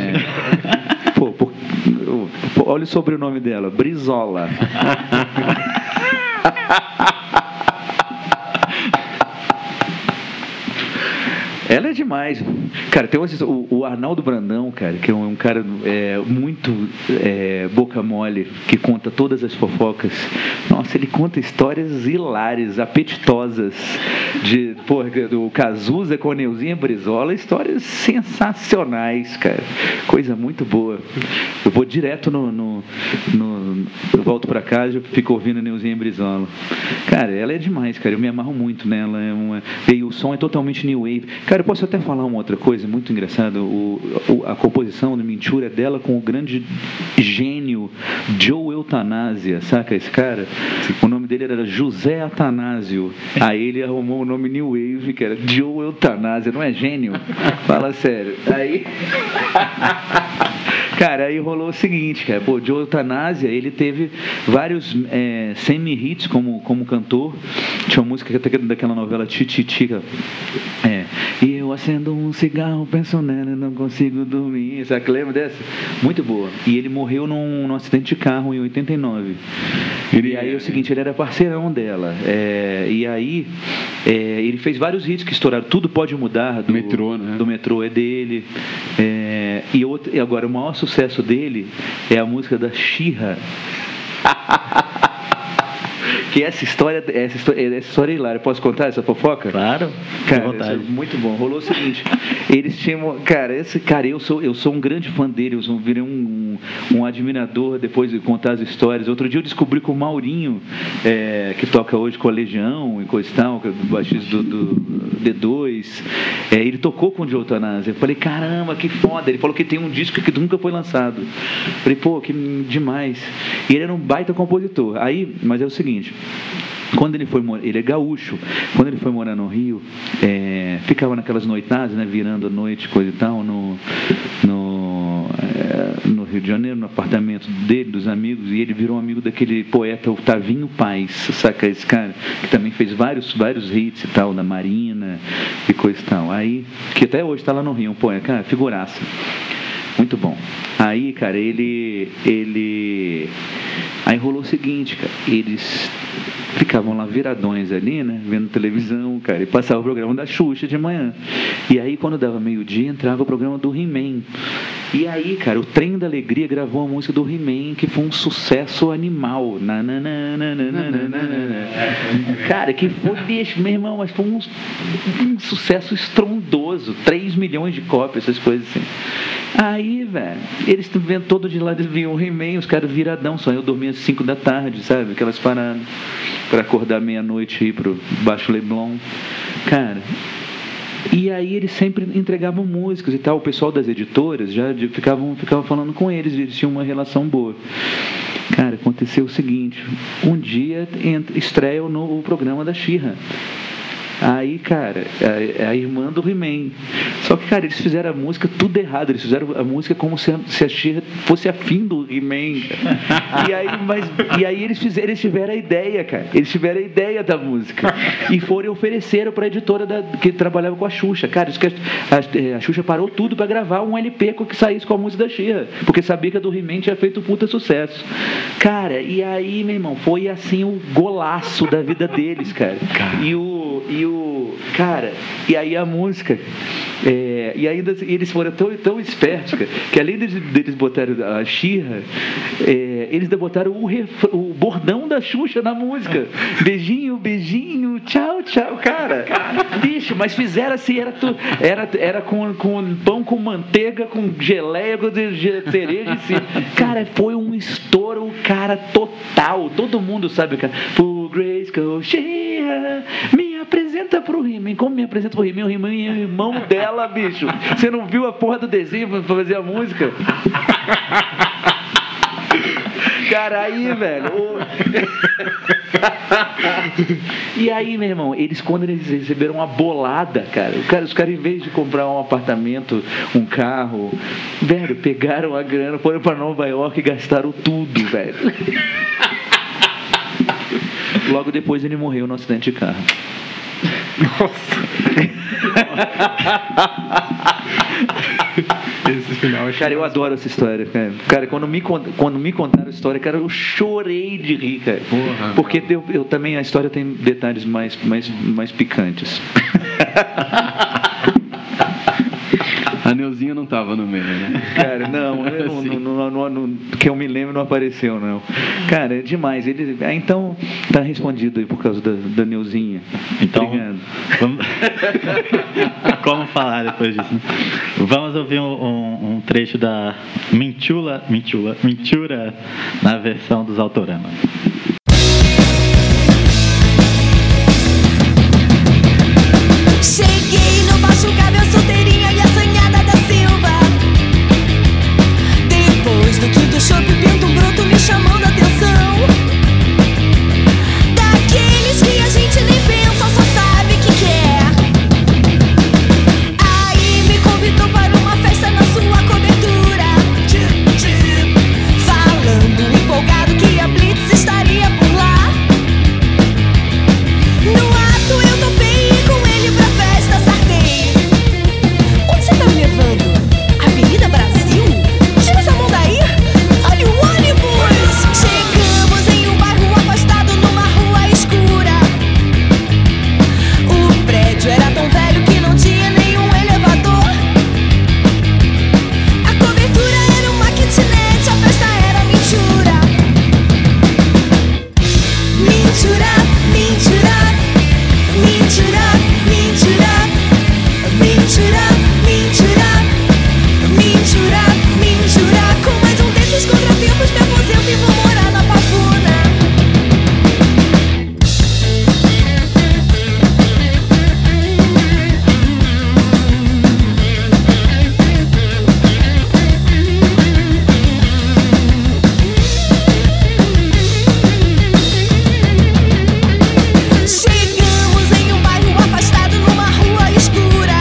Olha o sobrenome dela, Brizola. Ela é demais. Cara, tem o Arnaldo Brandão, cara, que é um cara muito boca mole, que conta todas as fofocas. Nossa, ele conta histórias hilárias, apetitosas, do Cazuza com a Neuzinha Brizola, histórias sensacionais, cara. Coisa muito boa. Eu vou direto eu volto pra casa e fico ouvindo a Neuzinha Brizola. Cara, ela é demais, cara. Eu me amarro muito nela. E o som é totalmente new wave. Cara, eu posso até falar uma outra coisa muito engraçada. A composição do Mintura é dela com o grande gênio Joe Eutanásia, saca esse cara? O nome dele era José Atanásio. Aí ele arrumou o nome new wave, que era Joe Eutanásia. Não é gênio? Fala sério. Aí... Cara, aí rolou o seguinte, cara. Joe Eutanásia, ele teve vários semi-hits como cantor. Tinha uma música daquela novela Tititica. E eu acendo um cigarro, penso nela, não consigo dormir. Sabe que lembra dessa? Muito boa. E ele morreu num acidente de carro em 89. E aí é o seguinte, ele era parceirão dela. E aí ele fez vários hits que estouraram. Tudo Pode Mudar, do Metrô, né? Do Metrô é dele. E agora, o maior sucesso dele é a música da She-Ra. Que essa história é hilária. Posso contar essa fofoca? Claro. Cara, é muito bom. Rolou o seguinte, eles tinham... Cara, eu sou um grande fã dele, eu virei um admirador depois de contar as histórias. Outro dia eu descobri que o Maurinho, que toca hoje com a Legião e coisa e tal, que é do baixista do D2, ele tocou com o Joe Eutanásia. Eu falei, caramba, que foda. Ele falou que tem um disco que nunca foi lançado. Eu falei, pô, que demais. E ele era um baita compositor. Aí, mas é o seguinte, quando ele é gaúcho, quando ele foi morar no Rio, ficava naquelas noitadas, né, virando a noite, coisa e tal, no Rio de Janeiro, no apartamento dele, dos amigos, e ele virou um amigo daquele poeta Otavinho Paz, saca esse cara, que também fez vários hits e tal, da Marina e coisa e tal. Aí, que até hoje está lá no Rio, um poeta, cara, figuraça. Muito bom. Aí, cara, aí rolou o seguinte, cara, eles ficavam lá viradões ali, né, vendo televisão, cara, e passava o programa da Xuxa de manhã. E aí, quando dava meio-dia, entrava o programa do He-Man. E aí, cara, o Trem da Alegria gravou a música do He-Man, que foi um sucesso animal. Cara, que foi, meu irmão, mas foi um sucesso estrondoso. 3 milhões de cópias, essas coisas assim. Aí, velho, eles vendo todo de lá, eles viam o He-Man, os caras viradão, só eu dormia às 5 da tarde, sabe? Aquelas paradas para acordar meia-noite e ir pro Baixo Leblon. Cara, e aí eles sempre entregavam músicas e tal. O pessoal das editoras já ficava falando com eles, eles tinham uma relação boa. Cara, aconteceu o seguinte, um dia estreia o programa da She-Ra. Aí, cara, a irmã do He-Man. Só que, cara, eles fizeram a música tudo errado. Eles fizeram a música como se a She-Ra fosse afim do He-Man. E aí eles tiveram a ideia, cara. Eles tiveram a ideia da música. E ofereceram para a editora que trabalhava com a Xuxa. Cara, a Xuxa parou tudo para gravar um LP que saísse com a música da She-Ra. Porque sabia que a do He-Man tinha feito puta sucesso. Cara, e aí, meu irmão, foi assim o golaço da vida deles, cara. E aí a música, e ainda eles foram tão espertos, cara, que além deles botarem a She-Ra, eles ainda botaram o bordão da Xuxa na música. Beijinho, beijinho, tchau, tchau, cara. Bicho, mas fizeram assim, era com pão com manteiga, com geleia, com cereja em cima. Cara, foi um estouro, cara, total. Todo mundo sabe, cara. Por Grayskull, She-Ra, me apresenta pro He-Man. Como me apresenta pro He-Man? O He-Man é o irmão dela, bicho. Você não viu a porra do desenho pra fazer a música? Cara, aí, velho. E aí, meu irmão, quando eles receberam uma bolada, cara, os caras, em vez de comprar um apartamento, um carro, velho, pegaram a grana, foram pra Nova York e gastaram tudo, velho. Logo depois ele morreu no acidente de carro. Esse final Cara, eu adoro essa história, cara. Cara, quando me contaram a história, cara, eu chorei de rir, cara. Porra, porque eu também, a história tem detalhes mais picantes. A Neuzinha não estava no meio, né? Cara, não, que eu me lembro não apareceu, não. Cara, é demais. Então, tá respondido aí por causa da Neuzinha. Então, obrigado. Como falar depois disso? Né? Vamos ouvir um trecho da Mintura na versão dos Autorama. Cheguei no machucado, eu solteirinha e assanhada da Silva. Depois do quinto chopp, pinto bruto me chamando a atenção. Daqueles que a gente nem pensa, só sabe que quer. Aí me convidou para uma festa na sua cobertura, falando empolgado que a Blitz estaria por lá. No ato eu topei e com ele pra festa sartei. Onde você tá me levando? Avenida Brasil? Tira essa mão daí! Olha o ônibus! Chegamos em um bairro afastado numa rua escura. O prédio era tão velho que não tinha nenhum elevador. A cobertura era uma kitnet, a festa era mentira. Mentira, mentira. Mentira, mentira, mentira, mentira, mentira, mentira. Com mais um desses contratempos me aposento e vou morar na Pavuna. Chegamos em um bairro afastado numa rua escura.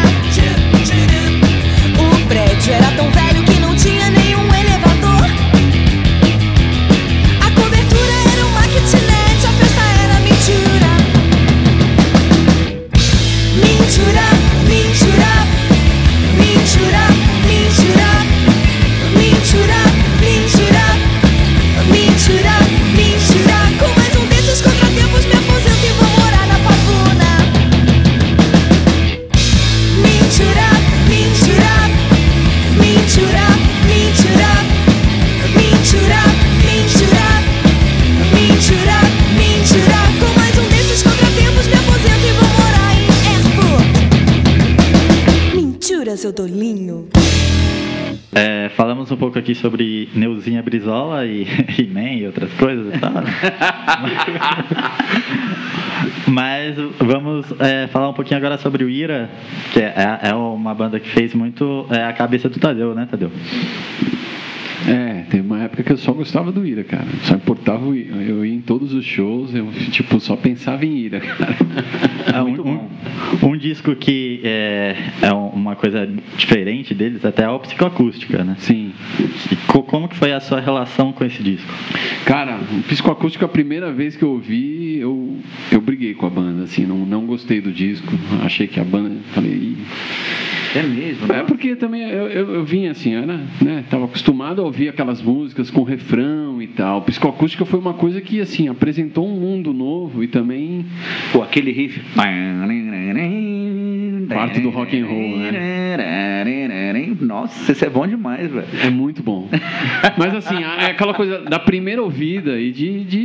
O prédio era tão velho que não tinha nenhum elevador. A cobertura era uma kitnet, a festa era mentira. Mentira, mentira, mentira, mentira, mentira, mentira, mentira, mentira. Com mais um desses contratempos me aposento e vou morar na Pavuna. Mentira, mentira, mentira, mentira, mentira, mentira, mentira, mentira. Com mais um desses contratempos me aposento e vou morar em Erfurt. Mentira, seu tolinho. Falamos um pouco aqui sobre Neuzinha Brizola e He-Man e outras coisas e tal, né? Mas vamos falar um pouquinho agora sobre o Ira, que é uma banda que fez muito a cabeça do Tadeu, né, Tadeu? Teve uma época que eu só gostava do Ira, cara. Só importava eu ia em todos os shows, eu só pensava em Ira, cara. Um disco que é uma coisa diferente deles, até é a psicoacústica, né? Sim. E como que foi a sua relação com esse disco? Cara, o psicoacústico, a primeira vez que eu ouvi, eu briguei com a banda, assim, não gostei do disco. Achei que a banda, falei... É mesmo? Né? Porque também eu vinha assim, tava acostumado a ouvir aquelas músicas com refrão e tal. Psicoacústica foi uma coisa que, assim, apresentou um mundo novo e também... Pô, aquele riff... Parte do rock and roll, né? Nossa, isso é bom demais, velho. É muito bom. Mas, assim, é aquela coisa da primeira ouvida e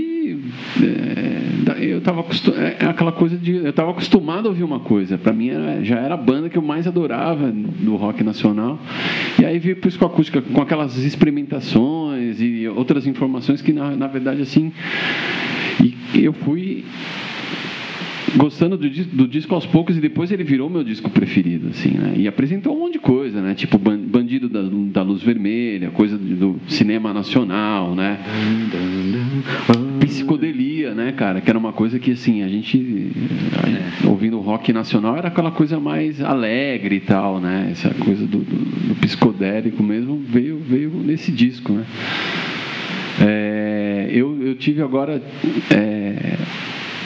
eu estava acostumado a ouvir uma coisa. Para mim já era a banda que eu mais adorava do rock nacional. E aí vi psicoacústica com aquelas experimentações e outras informações que na verdade assim, e eu fui gostando do disco aos poucos, e depois ele virou meu disco preferido, assim, né? E apresentou um monte de coisa, né? Tipo Bandido da Luz Vermelha, coisa do cinema nacional, né? Psicodelia, né, cara? Que era uma coisa que, assim, a gente ouvindo rock nacional era aquela coisa mais alegre e tal, né? Essa coisa do psicodélico mesmo veio nesse disco, né? Eu tive agora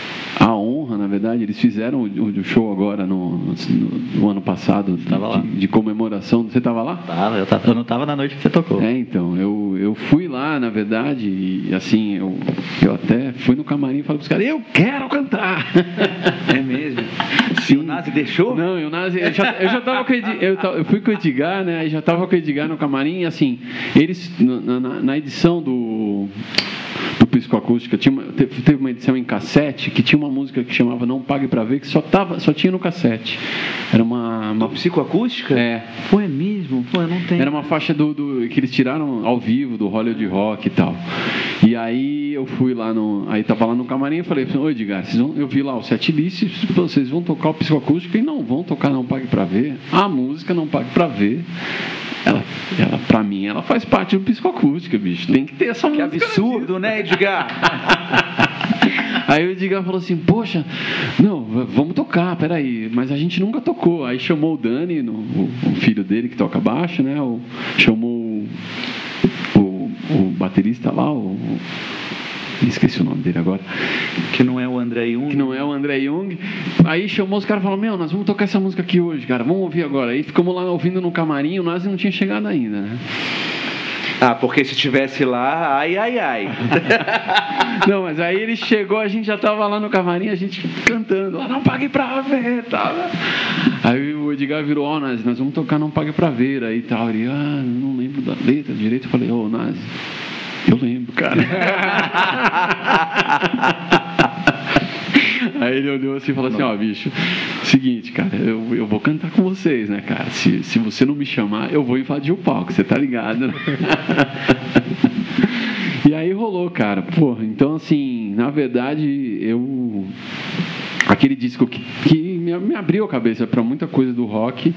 verdade, eles fizeram o show agora no ano passado de comemoração. Você estava lá? Eu não estava na noite que você tocou. Então, eu fui lá, na verdade, e assim, eu até fui no camarim e falei para os caras, eu quero cantar! É mesmo? Sim. O Nazi deixou? Não, o Nazi, eu já estava com o Edgar, eu fui com o Edgar, né? Já estava com o Edgar no camarim, e assim, eles, na edição do Psicoacústica, teve uma edição em cassete que tinha uma música que chamava Não Pague Pra Ver, que só tinha no cassete. Era uma Psicoacústica? É. Pô, é mesmo? Pô, eu não tenho. Era uma faixa que eles tiraram ao vivo, do Hollywood Rock e tal. E aí eu fui lá aí tava lá no camarim e falei, ô Edgar, eu vi lá o setlist, vocês vão tocar o Psicoacústica e não vão tocar Não Pague Pra Ver. A música Não Pague Pra Ver, ela pra mim, ela faz parte do Psicoacústica, bicho. Tem que ter essa música. Que absurdo, né, Edgar? Aí o Edgar falou assim, poxa, não, vamos tocar, peraí, mas a gente nunca tocou. Aí chamou o Dani, o filho dele que toca baixo, né? Chamou o baterista lá, esqueci o nome dele agora. Que não é o André Jung. Aí chamou os caras e falou, nós vamos tocar essa música aqui hoje, cara, vamos ouvir agora. Aí ficamos lá ouvindo no camarim, o Nazi não tinha chegado ainda, né? Ah, porque se tivesse lá, ai. Não, mas aí ele chegou, a gente já estava lá no camarim, a gente cantando, Não Pague Pra Ver, tal. Aí o Edgar virou, Nazi, nós vamos tocar Não Pague Pra Ver, aí tal. Ele, não lembro da letra direito. Eu falei, Nazi, eu lembro, cara. Aí ele olhou assim e falou assim, bicho, seguinte, cara, eu vou cantar com vocês, né, cara? Se você não me chamar, eu vou invadir o palco, você tá ligado, né? E aí rolou, cara. Porra, então assim, na verdade, aquele disco que me abriu a cabeça para muita coisa do rock,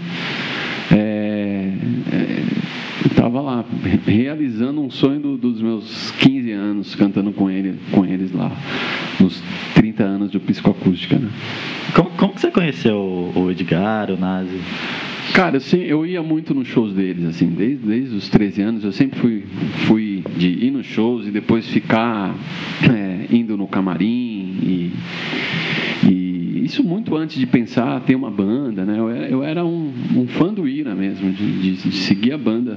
eu estava lá realizando um sonho dos meus 15 anos, cantando com eles lá, nos 30 anos de Psicoacústica, né? Como que você conheceu o Edgar, o Nazi? Cara, eu ia muito nos shows deles, assim, desde os 13 anos, eu sempre fui de ir nos shows e depois ficar indo no camarim e isso muito antes de pensar ter uma banda, né? Eu era um fã do Ira mesmo, de seguir a banda.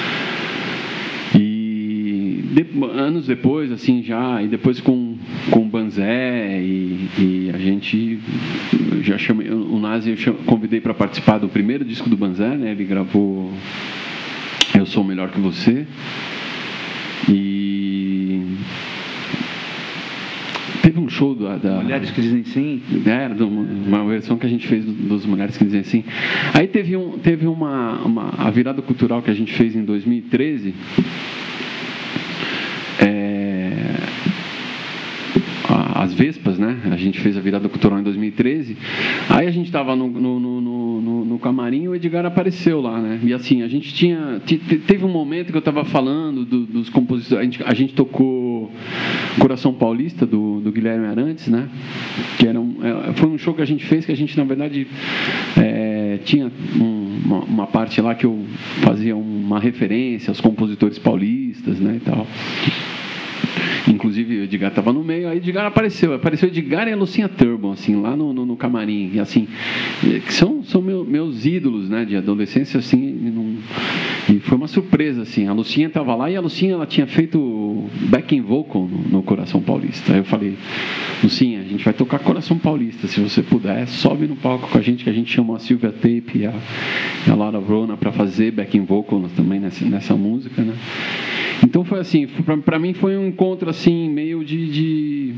E anos depois, assim, e depois com o Banzé e a gente já chamei o Nazi, convidei para participar do primeiro disco do Banzé, né? Ele gravou Eu Sou Melhor Que Você e teve um show da Mulheres que Dizem Sim. Era uma versão que a gente fez dos Mulheres que Dizem Sim. Aí teve a virada cultural que a gente fez em 2013. As Vespas, né? A gente fez a virada cultural em 2013. Aí a gente estava no camarim e o Edgar apareceu lá, né? E assim, a gente teve um momento que eu estava falando dos compositores. A gente tocou Coração Paulista do Guilherme Arantes, né? Que foi um show que a gente fez que a gente, na verdade, tinha uma parte lá que eu fazia uma referência aos compositores paulistas, né? E tal. Inclusive o Edgar estava no meio, aí o Edgar apareceu o Edgar e a Lucinha Turbo, assim, lá no camarim, e assim, que são meus ídolos, né, de adolescência, assim, e foi uma surpresa, assim, a Lucinha estava lá e a Lucinha, ela tinha feito backing vocal no Coração Paulista. Aí eu falei, Lucinha, a gente vai tocar Coração Paulista, se você puder, sobe no palco com a gente, que a gente chamou a Silvia Tape e a Laura Vrona para fazer backing vocal também nessa música, né. Então foi assim, para mim foi um encontro assim, meio de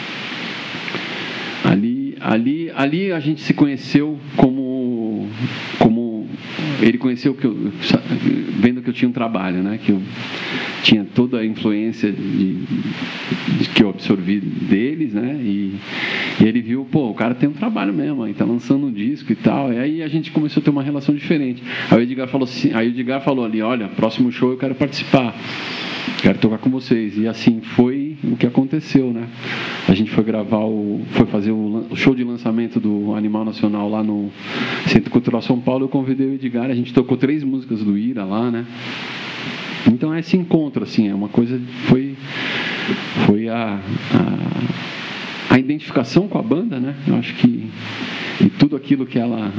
ali a gente se conheceu como ele conheceu vendo que eu tinha um trabalho, né, que eu tinha toda a influência de que eu absorvi deles, né, e ele viu, o cara tem um trabalho mesmo, aí tá lançando um disco e tal, e aí a gente começou a ter uma relação diferente. Aí o Edgar falou ali, olha, próximo show eu quero participar, quero tocar com vocês, e assim foi o que aconteceu, né? A gente foi fazer o show de lançamento do Animal Nacional lá no Centro Cultural São Paulo. Eu convidei o Edgar, a gente tocou 3 músicas do Ira lá, né? Então esse encontro, assim, é uma coisa, foi a a identificação com a banda, né? Eu acho que e tudo aquilo que ela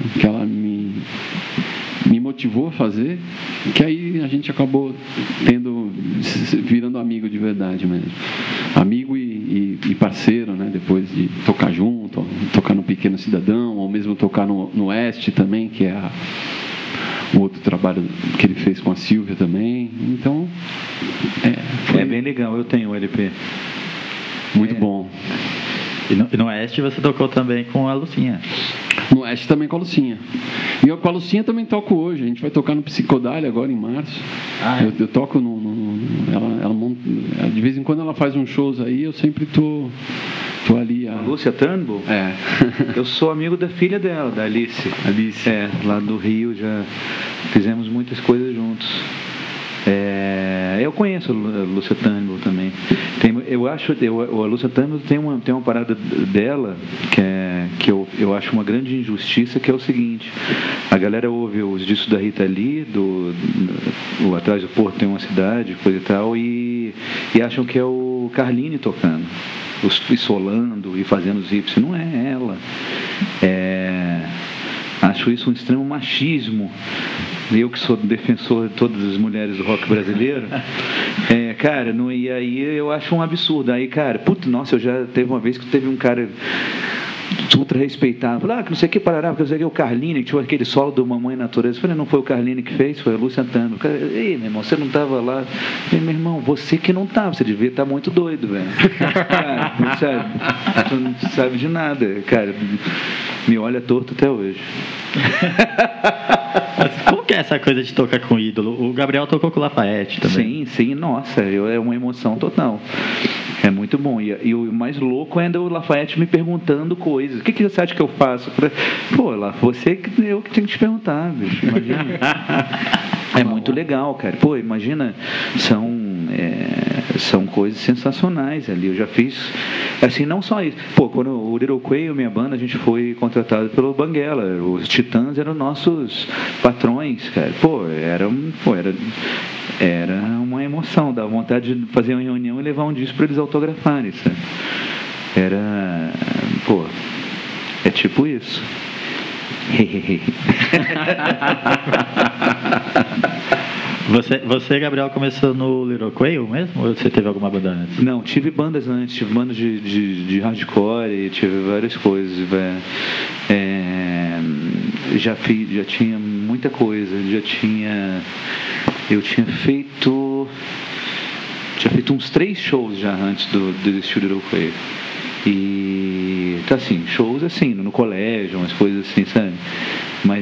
me motivou a fazer, que aí a gente acabou virando amigo de verdade mesmo. Amigo e parceiro, né? Depois de tocar junto, tocar no Pequeno Cidadão, ou mesmo tocar no Oeste também, que é o outro trabalho que ele fez com a Silvia também. Então, é bem legal, eu tenho o LP. Muito bom. E no Oeste você tocou também com a Lucinha. No Oeste também com a Lucinha. E eu com a Lucinha também toco hoje. A gente vai tocar no Psicodália agora em março. Eu toco de vez em quando ela faz uns shows aí, eu sempre tô ali. A Lúcia Turnbull? É. Eu sou amigo da filha dela, da Alice. Lá do Rio, já fizemos muitas coisas juntos. Eu conheço a Lúcia Turnbull também. A Lúcia Turnbull tem uma parada dela que eu acho uma grande injustiça, que é o seguinte: a galera ouve os discos da Rita Lee, o Atrás do Porto Tem uma Cidade, coisa e tal, e acham que é o Carlini tocando, e solando e fazendo os riffs. Não é ela. Acho isso um extremo machismo. Eu que sou defensor de todas as mulheres do rock brasileiro, cara, e aí eu acho um absurdo. Aí, cara, nossa, eu já teve uma vez que teve um cara ultra respeitado, falou, que não sei o que, parará, porque eu sei que é o Carlini, que tinha aquele solo do Mamãe Natureza. Eu falei, não foi o Carlini que fez, foi a Lúcia Turnbull. Ei, meu irmão, você não estava lá? Eu falei, meu irmão, você que não estava, você devia estar muito doido, velho. Cara, não sabe, tu não sabe de nada, cara, me olha torto até hoje. Mas como que é essa coisa de tocar com ídolo? O Gabriel tocou com o Lafayette também. Sim, nossa, é uma emoção total. É muito bom. E o mais louco é ainda o Lafayette me perguntando coisas. O que você acha que eu faço? Pô, lá, eu que tenho que te perguntar, bicho. Imagina. É muito legal, cara. Pô, imagina, são coisas sensacionais ali. Eu já fiz, assim, não só isso. Pô, quando o Little Quail, minha banda, a gente foi contratado pelo Banguela. Os Titãs eram nossos patrões, cara. Era uma emoção, dava vontade de fazer uma reunião e levar um disco para eles autografarem, sabe? É tipo isso. Você, Gabriel, começou no Little Quail mesmo? Ou você teve alguma banda antes? Não, tive bandas antes, tive bandas de hardcore, e tive várias coisas, velho. Já tinha muita coisa, eu tinha feito uns 3 shows já antes do Little Quail. E tá assim, shows assim, no colégio, umas coisas assim, sabe? Mas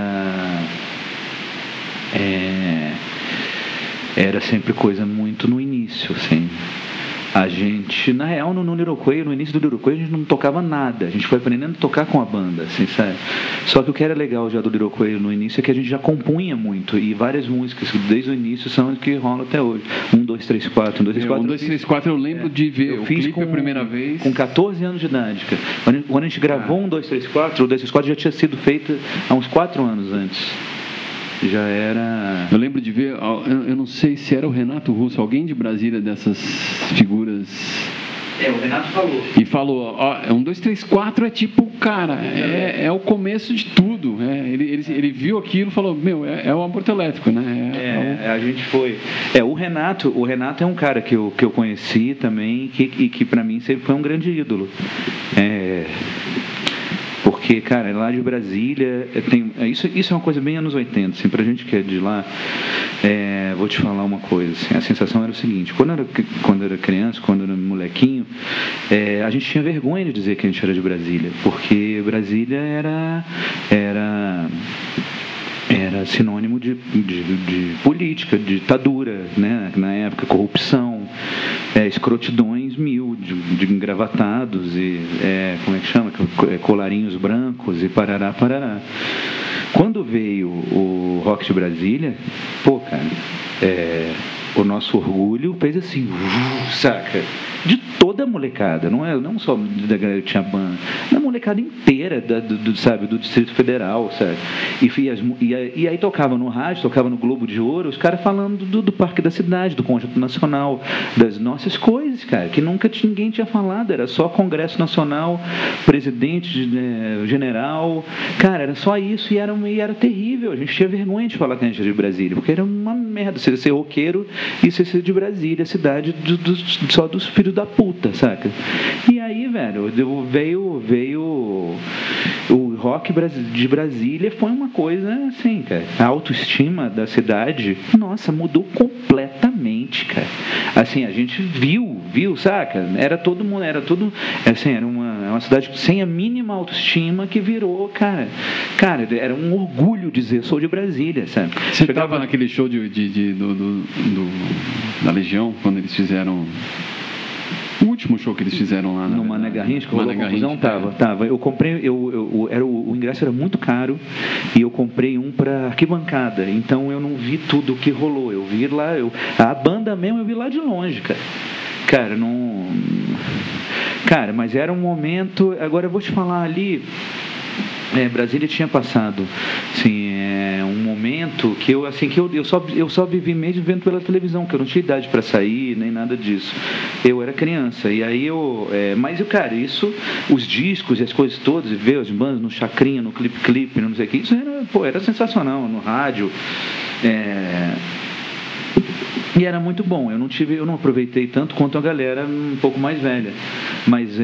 era sempre coisa muito no início, assim. A gente, na real, no Little Quail, no início do Little Quail, a gente não tocava nada. A gente foi aprendendo a tocar com a banda, assim, sabe? Só que o que era legal já do Little Quail no início é que a gente já compunha muito. E várias músicas, desde o início, são as que rolam até hoje. 1, 2, 3, 4. 1, 2, 3, 4. 1, 2, 3, 4 eu lembro de ver. Eu fiz a primeira vez. Com 14 anos de idade, cara. Quando a gente gravou 1, 2, 3, 4, o 2, 3, 4 já tinha sido feito há uns 4 anos antes. Já era... Eu lembro de ver, eu não sei se era o Renato Russo, alguém de Brasília, dessas figuras... o Renato falou. E falou, 1, 2, 3, 4 é tipo, cara, é o começo de tudo. Ele viu aquilo e falou, é o aborto elétrico, né? A gente foi... O Renato é um cara que eu conheci também e que pra mim sempre foi um grande ídolo. Porque, cara, lá de Brasília, isso é uma coisa bem anos 80, assim, pra gente que é de lá, vou te falar uma coisa, assim, a sensação era o seguinte: quando eu era criança, quando eu era molequinho, a gente tinha vergonha de dizer que a gente era de Brasília, porque Brasília era sinônimo de política, de ditadura, né? Na época, corrupção, escrotidões mil, de engravatados e, como é que chama? Colarinhos brancos e parará. Quando veio o Rock de Brasília, pô, cara, o nosso orgulho fez assim, saca? de toda a molecada, não só da galera que tinha banda, da molecada inteira do Distrito Federal, sabe? E aí tocava no rádio, tocava no Globo de Ouro, os caras falando do Parque da Cidade, do Conjunto Nacional, das nossas coisas, cara, que nunca ninguém tinha falado, era só Congresso Nacional, presidente, general, cara, era só isso, e era terrível, a gente tinha vergonha de falar que a gente era de Brasília, porque era uma merda, você ser roqueiro e você ser de Brasília, cidade só dos filhos da puta, saca? E aí, velho, veio o rock de Brasília, foi uma coisa assim, cara, a autoestima da cidade, nossa, mudou completamente, cara. Assim, a gente viu, saca? Era tudo, assim, era uma cidade sem a mínima autoestima que virou, cara, era um orgulho dizer, sou de Brasília, sabe? Você estava naquele show da Legião, quando eles fizeram... O último show que eles fizeram lá no Mané Garrincha, que rolou confusão, tava. Eu comprei, o ingresso era muito caro e eu comprei um para arquibancada, então eu não vi tudo o que rolou. Eu vi lá, a banda mesmo eu vi lá de longe, cara. Cara, mas era um momento. Agora eu vou te falar ali. Brasília tinha passado, assim, um momento que eu só vivi mesmo vendo pela televisão, que eu não tinha idade para sair nem nada disso. Eu era criança e aí cara, isso, os discos e as coisas todas, ver as bandas no Chacrinha, no Clipe, não sei o que, isso era sensacional no rádio. E era muito bom. Eu não aproveitei tanto quanto a galera um pouco mais velha, mas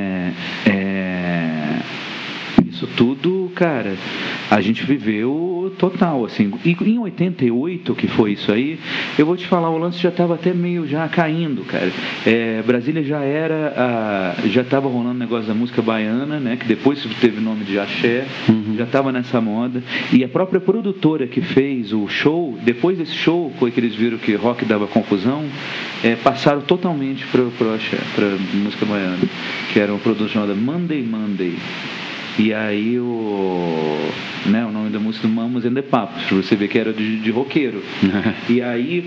isso tudo, cara, a gente viveu total, assim. E em 88, que foi isso aí, eu vou te falar, o lance já estava até meio já caindo, cara. Brasília já estava rolando negócio da música baiana, né, que depois teve o nome de axé, já estava nessa moda. E a própria produtora que fez o show, depois desse show, foi que eles viram que rock dava confusão, passaram totalmente para axé, para música baiana, que era um produto chamado Monday Monday. E aí o nome da música do Mamas and the Papas, pra você ver que era de roqueiro. E aí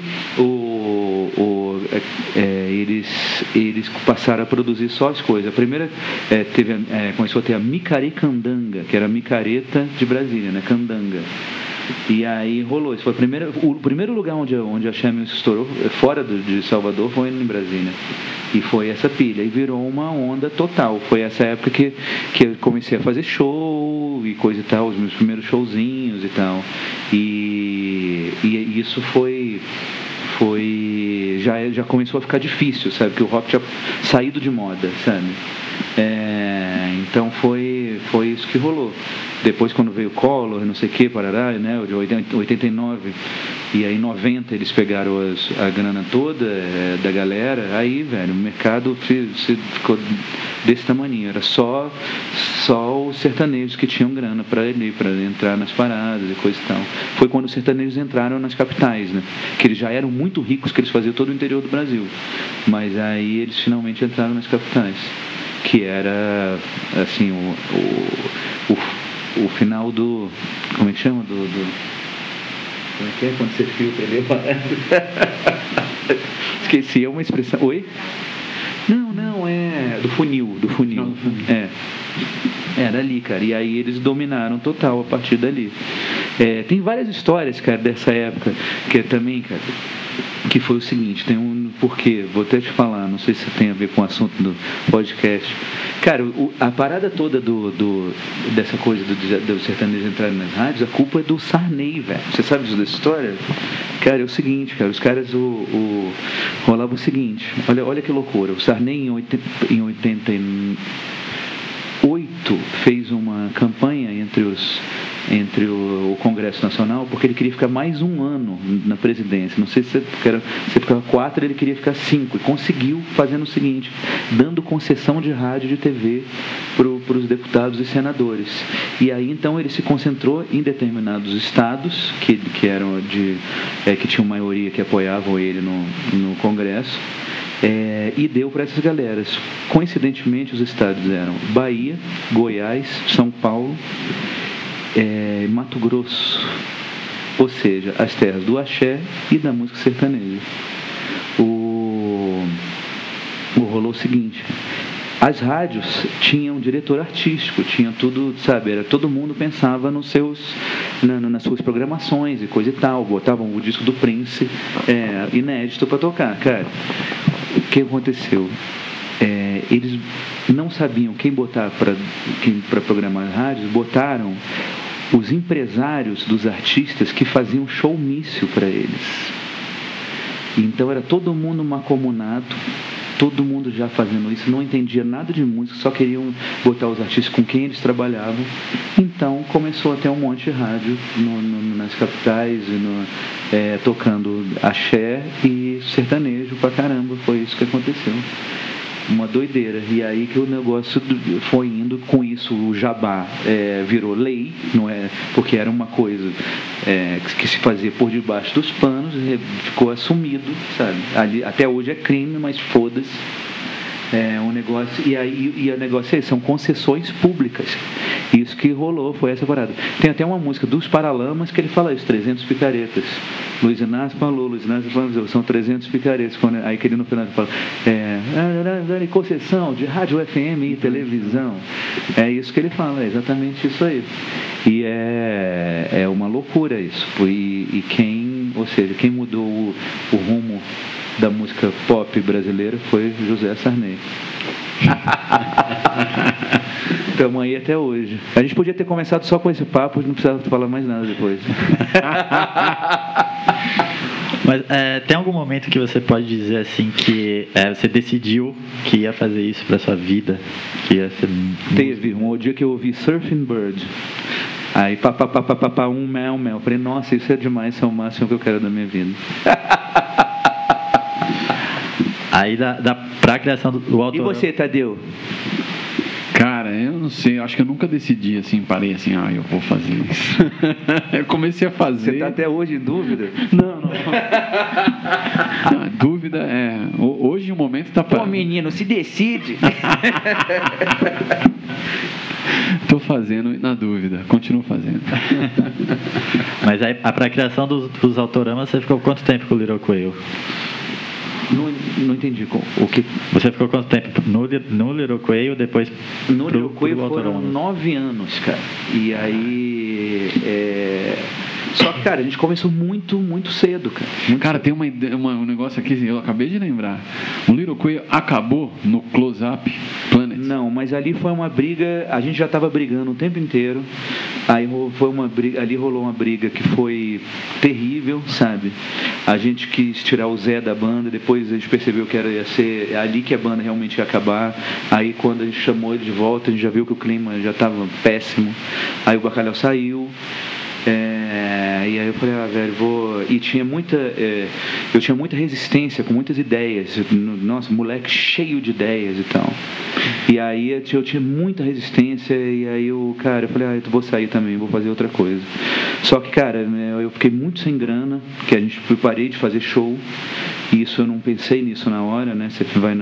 eles passaram a produzir só as coisas. A primeira começou a ter a Micaré Candanga, que era a micareta de Brasília, né? Candanga. E aí rolou. Esse foi o primeiro lugar onde a Xamil se estourou, fora de Salvador, foi em Brasília. E foi essa pilha. E virou uma onda total. Foi essa época que eu comecei a fazer show e coisa e tal, os meus primeiros showzinhos e tal. E isso foi já começou a ficar difícil, sabe? Porque o rock tinha saído de moda, sabe? Então foi isso que rolou. Depois, quando veio o Collor, não sei o que, parará, né, de 89, e aí em 90 eles pegaram a grana toda da galera, aí, velho, o mercado ficou desse tamanho. Era só os sertanejos que tinham grana para entrar nas paradas e coisa e tal. Foi quando os sertanejos entraram nas capitais, né, que eles já eram muito ricos, que eles faziam todo o interior do Brasil. Mas aí eles finalmente entraram nas capitais, que era, assim, o final do... Como é que chama? Como é que é? Quando você filtra ali, esqueci, é uma expressão... Oi? Não, é do funil. Era ali, cara. E aí eles dominaram total a partir dali. Tem várias histórias, cara, dessa época, que é também, cara, que foi o seguinte, tem um porquê, vou até te falar, não sei se tem a ver com o assunto do podcast. Cara, a parada toda dessa coisa do sertanejo entrarem nas rádios, a culpa é do Sarney, velho. Você sabe disso, dessa história? Cara, é o seguinte, cara, os caras rolava o seguinte, olha que loucura, o Sarney em 88 fez uma campanha entre o Congresso Nacional, porque ele queria ficar mais um ano na presidência. Não sei se você ficava 4, ele queria ficar 5, e conseguiu fazendo o seguinte, dando concessão de rádio e de TV para os deputados e senadores. E aí então ele se concentrou em determinados estados que eram que tinham maioria que apoiavam ele no Congresso. E deu para essas galeras. Coincidentemente, os estados eram Bahia, Goiás, São Paulo, Mato Grosso, ou seja, as terras do axé e da música sertaneja. rolou o seguinte: as rádios tinham diretor artístico, tinha tudo, sabe, era, todo mundo pensava nos nas suas programações e coisa e tal, botavam o disco do Prince inédito para tocar. Cara, o que aconteceu? Eles não sabiam quem botar para programar as rádios, botaram os empresários dos artistas que faziam showmício para eles. Então era todo mundo mancomunado, todo mundo já fazendo isso, não entendia nada de música, só queriam botar os artistas com quem eles trabalhavam. Então começou a ter um monte de rádio nas capitais, tocando axé e sertanejo pra caramba. Foi isso que aconteceu. Uma doideira. E aí que o negócio foi indo. Com isso o jabá virou lei, não é? Porque era uma coisa que se fazia por debaixo dos panos, ficou assumido, sabe? Ali, até hoje é crime, mas foda-se. Um negócio, e o negócio são concessões públicas. Isso que rolou, foi essa parada. Tem até uma música dos Paralamas que ele fala isso, 300 picaretas. Luiz Inácio falou, são 300 picaretas. Aí que ele no final fala, concessão de rádio, FM e televisão. É isso que ele fala, é exatamente isso aí. E é uma loucura isso. E quem mudou o rumo da música pop brasileira foi José Sarney. Estamos aí até hoje. A gente podia ter começado só com esse papo, não precisava falar mais nada depois. Mas tem algum momento que você pode dizer assim que você decidiu que ia fazer isso para sua vida? Que ia ser... Teve um dia que eu ouvi Surfing Bird. Aí um mel. Eu falei, nossa, isso é demais, isso é o máximo que eu quero da minha vida. Aí pra criação do autor. E você, Tadeu? Cara, eu não sei, acho que eu nunca decidi assim, parei assim, eu vou fazer isso. Eu comecei a fazer. Você tá até hoje em dúvida? Não. A dúvida hoje o momento tá para. Pô, menino, se decide. Tô fazendo na dúvida, continuo fazendo. Mas aí pra criação dos autoramas você ficou quanto tempo com o Little Quail? Não entendi o que. Você ficou quanto tempo no Little Quail, depois no Little Quail foram 9 anos, cara. E aí só que, cara, a gente começou muito, muito cedo, cara. Cara, tem um negócio aqui, eu acabei de lembrar. O Little Quail acabou no Close Up Planet. Não, mas ali foi uma briga, a gente já estava brigando o tempo inteiro. Aí foi uma briga, ali rolou uma briga que foi terrível, sabe? A gente quis tirar o Zé da banda, depois a gente percebeu que ia ser ali que a banda realmente ia acabar. Aí quando a gente chamou ele de volta, a gente já viu que o clima já estava péssimo. Aí o Bacalhau saiu. E aí eu falei, velho, e tinha eu tinha muita resistência, com muitas ideias. Nossa, moleque cheio de ideias e tal. E aí eu tinha muita resistência. E aí eu falei, eu vou sair também, vou fazer outra coisa. Só que, cara, eu fiquei muito sem grana, que a gente parei de fazer show. E isso eu não pensei nisso na hora, né? Você vai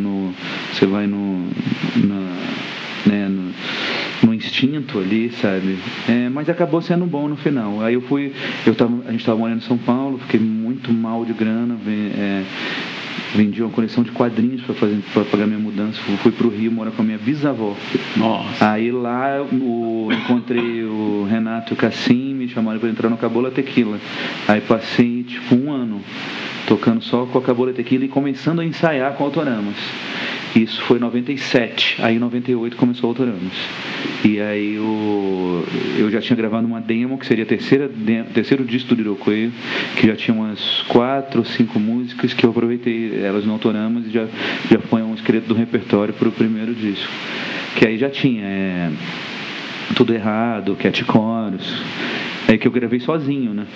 no instinto ali, sabe? Mas acabou sendo bom no final. Aí a gente estava morando em São Paulo, fiquei muito mal de grana, vendi uma coleção de quadrinhos para pagar minha mudança. Fui pro Rio morar com a minha bisavó. Nossa. Aí lá encontrei o Renato e o Cassim, me chamaram para entrar no Cabola Tequila. Aí passei tipo 1 ano tocando só com a Cabola Tequila e começando a ensaiar com Autoramas. Isso foi em 97, aí em 98 começou o Autoramas. E aí eu já tinha gravado uma demo, que seria o terceiro disco do Little Quail, que já tinha umas 4 ou 5 músicas que eu aproveitei elas no Autoramas e já foi um esqueleto do repertório para o primeiro disco. Que aí já tinha Tudo Errado, Cat Chorus, que eu gravei sozinho, né?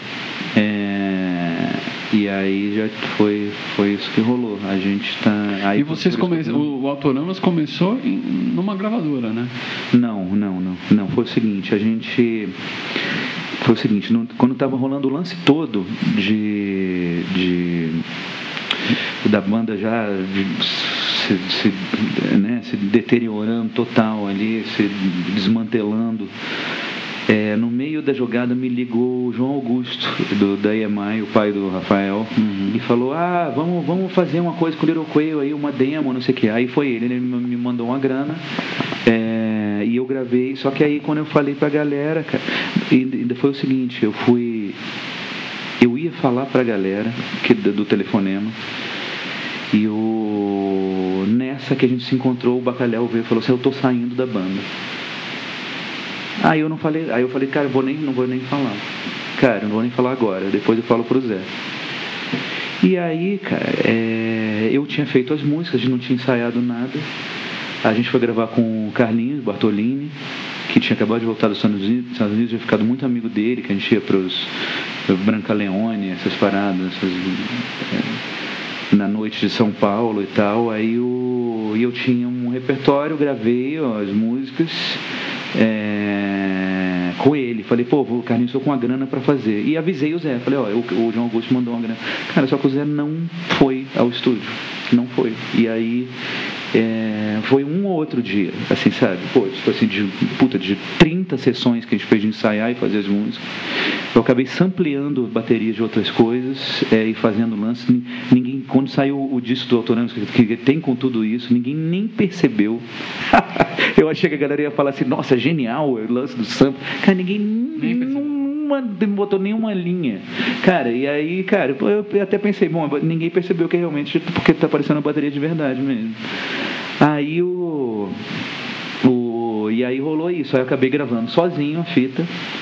E aí já foi isso que rolou. A gente tá. Aí e vocês o Autoramas começou numa gravadora, né? Não, foi o seguinte, quando estava rolando o lance todo da banda já se deteriorando total ali, se desmantelando. no meio da jogada me ligou o João Augusto, da EMI, o pai do Rafael, e falou, vamos fazer uma coisa com o Little Quail aí, uma demo, não sei o que. Aí foi ele me mandou uma grana, e eu gravei, só que aí quando eu falei pra galera, cara, ainda foi o seguinte, eu ia falar pra galera do telefonema, e nessa que a gente se encontrou, o Bacalhau veio e falou assim, eu tô saindo da banda. Aí eu falei, cara, não vou nem falar. Cara, não vou nem falar agora, depois eu falo pro Zé. E aí, cara, eu tinha feito as músicas, a gente não tinha ensaiado nada. A gente foi gravar com o Carlinhos Bartolini, que tinha acabado de voltar dos Estados Unidos, tinha ficado muito amigo dele, que a gente ia pros Brancaleone, essas paradas, na noite de São Paulo e tal. Aí eu tinha um repertório, gravei as músicas com ele. Falei, o Carlinhos, estou com uma grana para fazer. E avisei o Zé. Falei, o João Augusto mandou uma grana. Cara, só que o Zé não foi ao estúdio. Não foi. E aí foi um ou outro dia, assim, sabe? Tipo assim, de 30 sessões que a gente fez de ensaiar e fazer as músicas. Eu acabei sampleando baterias de outras coisas e fazendo lance. Ninguém, quando saiu o disco do Autoramos, que tem com tudo isso, ninguém nem percebeu. Eu achei que a galera ia falar assim, nossa, genial o lance do sample. Cara, ninguém não botou nenhuma linha. Cara, e aí, cara, eu até pensei, ninguém percebeu que realmente, porque tá parecendo uma bateria de verdade mesmo. Aí e aí rolou isso, aí eu acabei gravando sozinho a fita.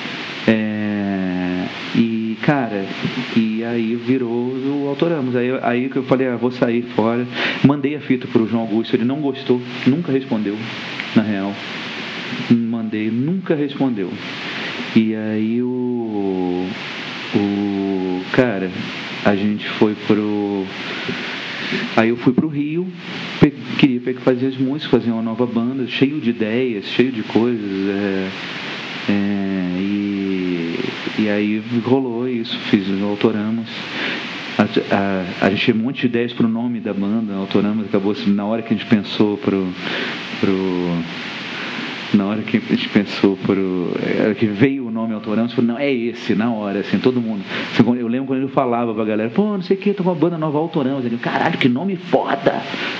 E, cara, e aí virou o Autoramos. Aí que eu falei, vou sair fora. Mandei a fita pro João Augusto, ele não gostou, nunca respondeu, na real. Mandei, nunca respondeu. E aí cara, a gente foi aí eu fui pro Rio, queria fazer as músicas, fazer uma nova banda, cheio de ideias, cheio de coisas, e aí rolou isso, fiz o Autoramos. A gente tinha um monte de ideias pro nome da banda, Autoramos, acabou assim, na hora que a gente pensou que veio o nome Autoramos, falou, não, é esse, na hora, assim, todo mundo. Eu lembro quando ele falava pra galera, não sei o que, tô com uma banda nova Autoramos. Ele, caralho, que nome foda!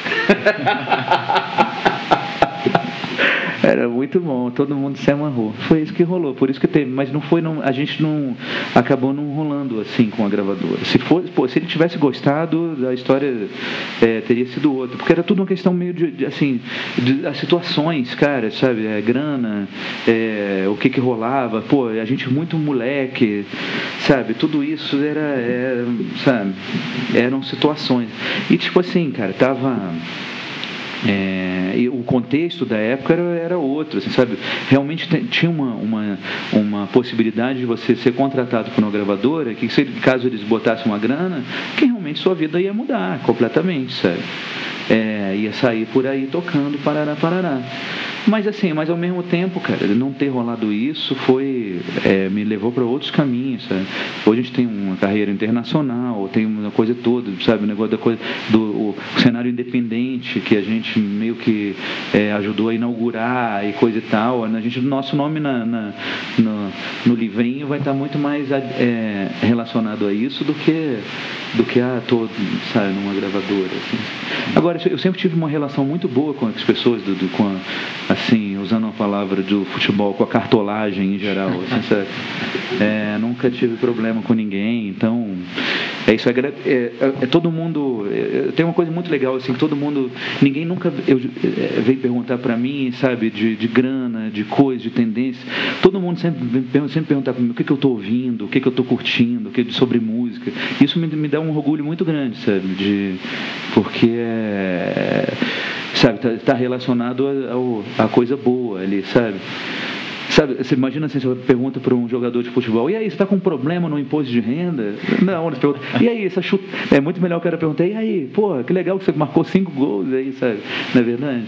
Era muito bom, todo mundo se amarrou. Foi isso que rolou, por isso que teve, mas a gente não acabou não rolando assim com a gravadora. Se ele tivesse gostado, a história teria sido outra, porque era tudo uma questão meio de as situações, cara, sabe, grana, o que rolava, a gente muito moleque, sabe, tudo isso sabe, eram situações. E tipo assim, cara, tava e o contexto da época era outro, assim, sabe? Realmente tinha uma possibilidade de você ser contratado por uma gravadora, que caso eles botassem uma grana, que realmente sua vida ia mudar completamente, sabe? Ia sair por aí tocando parará. Mas ao mesmo tempo, cara, não ter rolado isso me levou para outros caminhos, sabe? Hoje a gente tem uma carreira internacional, tem uma coisa toda, sabe? O negócio da coisa o cenário independente que a gente meio que ajudou a inaugurar e coisa e tal. Nosso nome no livrinho vai estar muito mais relacionado a isso do que sabe, numa gravadora, assim. Agora, eu sempre tive uma relação muito boa com as pessoas, assim, usando uma palavra do futebol, com a cartolagem em geral, assim, sabe? Nunca tive problema com ninguém, então isso todo mundo. Tem uma coisa muito legal, assim, ninguém nunca veio perguntar para mim, sabe, de grana, de coisa, de tendência. Todo mundo sempre perguntar para mim o que eu estou ouvindo, o que eu estou curtindo, sobre música. Isso me dá um orgulho muito grande, sabe, porque sabe, tá relacionado a coisa boa ali, sabe? Sabe, você imagina assim, você pergunta para um jogador de futebol, e aí, você está com um problema no imposto de renda? Não, você pergunta, e aí, é muito melhor o cara perguntar, e aí, que legal que você marcou 5 gols aí, sabe? Não é verdade?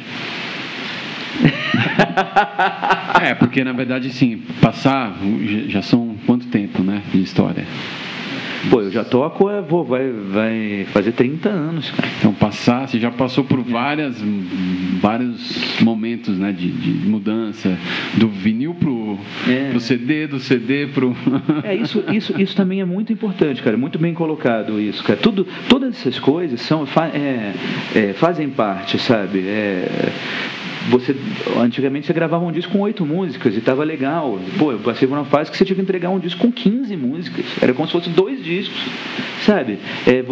Porque na verdade, sim, já são quanto tempo, né, de história? Eu já toco, vai fazer 30 anos, cara. Então você já passou por vários momentos, né, de mudança, do vinil pro pro CD, do CD pro... Isso também é muito importante, cara. Muito bem colocado isso, cara. Todas essas coisas fazem parte, sabe? Antigamente você gravava um disco com 8 músicas e estava legal. Pô, eu passei por uma fase que você tinha que entregar um disco com 15 músicas. Era como se fosse 2 discos, sabe?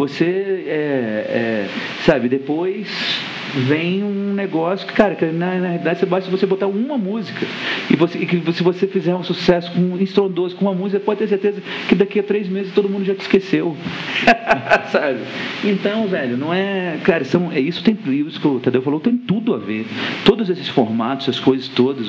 Sabe, depois vem um negócio que, cara, que na realidade basta você botar uma música e que se você fizer um sucesso estrondoso com uma música, pode ter certeza que daqui a 3 meses todo mundo já te esqueceu. Sabe? Então, velho, não é... Cara, isso que o Tadeu falou tem tudo a ver. Todos esses formatos, as coisas todas,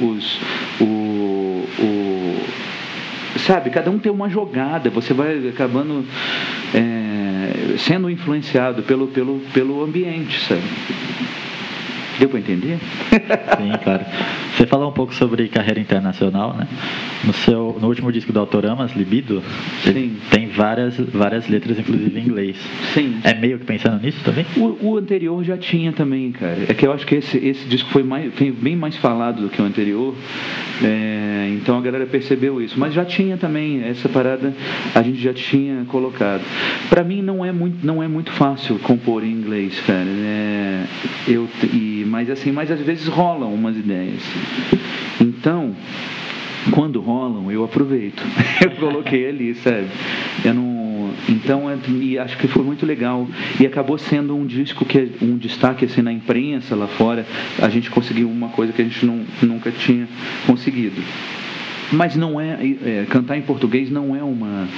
sabe, cada um tem uma jogada, você vai acabando sendo influenciado pelo ambiente, sabe? Deu para entender? Sim, claro. Você falou um pouco sobre carreira internacional, né? No último disco do Autoramas, Libido, tem várias letras, inclusive em inglês. Sim. É meio que pensando nisso também? O anterior já tinha também, cara. É que eu acho que esse disco foi bem mais falado do que o anterior. Então a galera percebeu isso. Mas já tinha também essa parada, a gente já tinha colocado. Para mim não é muito fácil compor em inglês, cara. Mas às vezes rolam umas ideias. Então, quando rolam, eu aproveito. Eu coloquei ali, sabe? E acho que foi muito legal. E acabou sendo um disco que é um destaque assim, na imprensa lá fora. A gente conseguiu uma coisa que a gente nunca tinha conseguido. Mas não cantar em português não é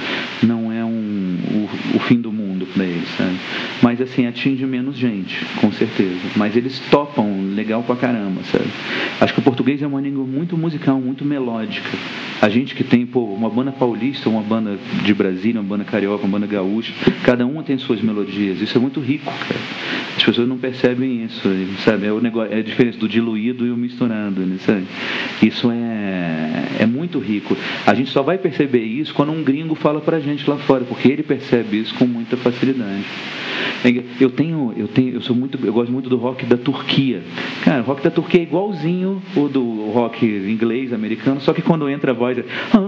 o fim do mundo para eles, sabe? Mas assim, atinge menos gente, com certeza. Mas eles topam legal pra caramba, sabe? Acho que o português é uma língua muito musical, muito melódica. A gente que tem, uma banda paulista, uma banda de Brasília, uma banda carioca, uma banda gaúcha, cada uma tem suas melodias. Isso é muito rico, cara. As pessoas não percebem isso, sabe? É a diferença do diluído e o misturando, né, sabe? Isso é muito rico. A gente só vai perceber isso quando um gringo fala pra gente lá fora, porque ele percebe isso com muita facilidade. Eu gosto muito do rock da Turquia. Cara, o rock da Turquia é igualzinho o do rock inglês, americano, só que quando entra a voz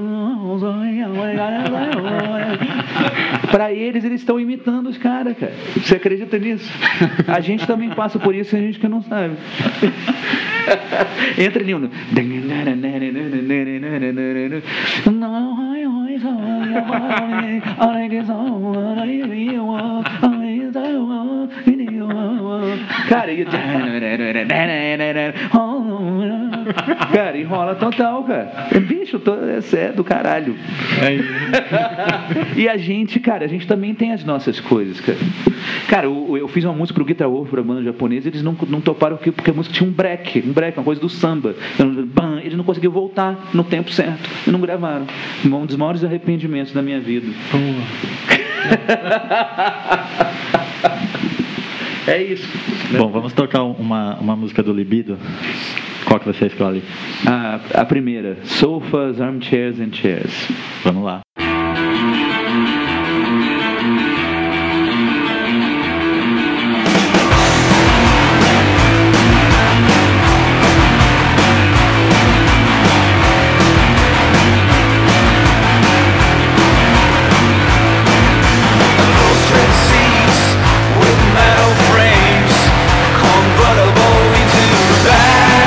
para eles estão imitando os caras, cara. Você acredita nisso? A gente também passa por isso e a gente que não sabe. Entra ali um... Cara, enrola total, cara. Bicho, é do caralho. E a gente também tem as nossas coisas, cara. Cara, eu fiz uma música pro Guitar Wolf, pra banda japonesa, eles não toparam porque a música tinha um break, uma coisa do samba. Eles não conseguiam voltar no tempo certo e não gravaram. Um dos maiores arrependimentos da minha vida. É isso. Bom, vamos tocar uma música do Libido. Qual que você escolhe? A primeira, Sofas, Armchairs and Chairs. Vamos lá.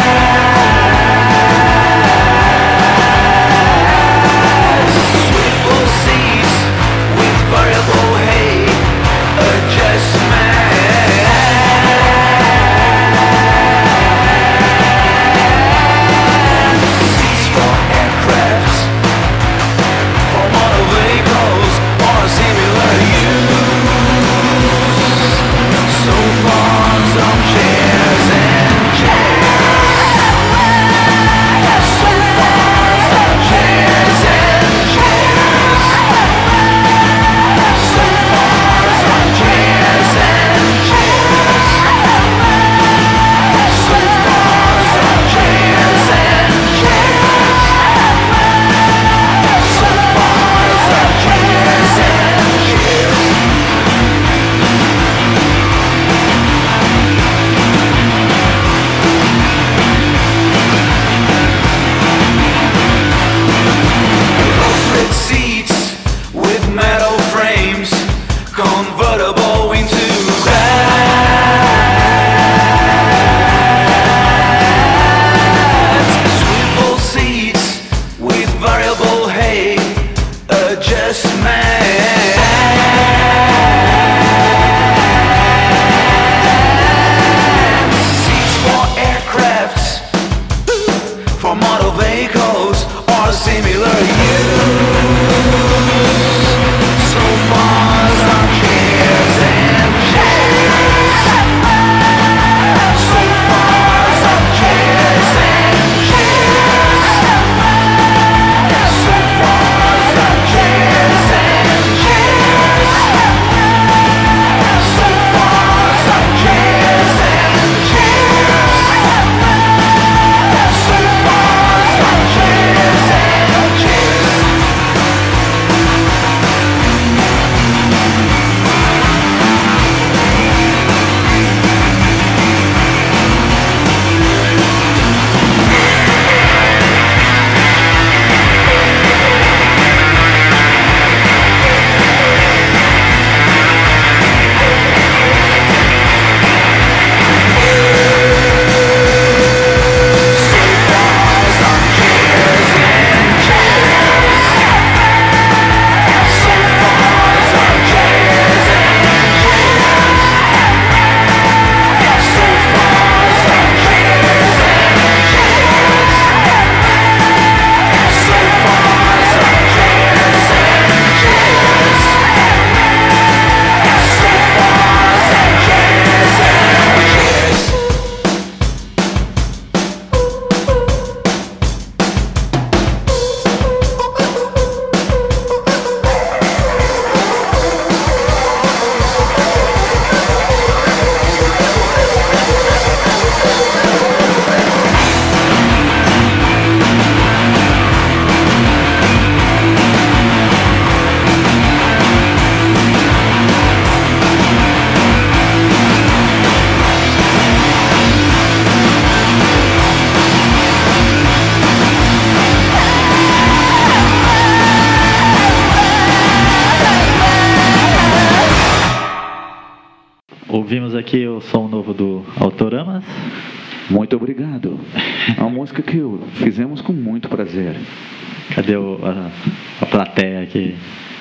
Sweet ouvimos aqui o som novo do Autoramas. Muito obrigado. É uma música que fizemos com muito prazer. Cadê a plateia aqui?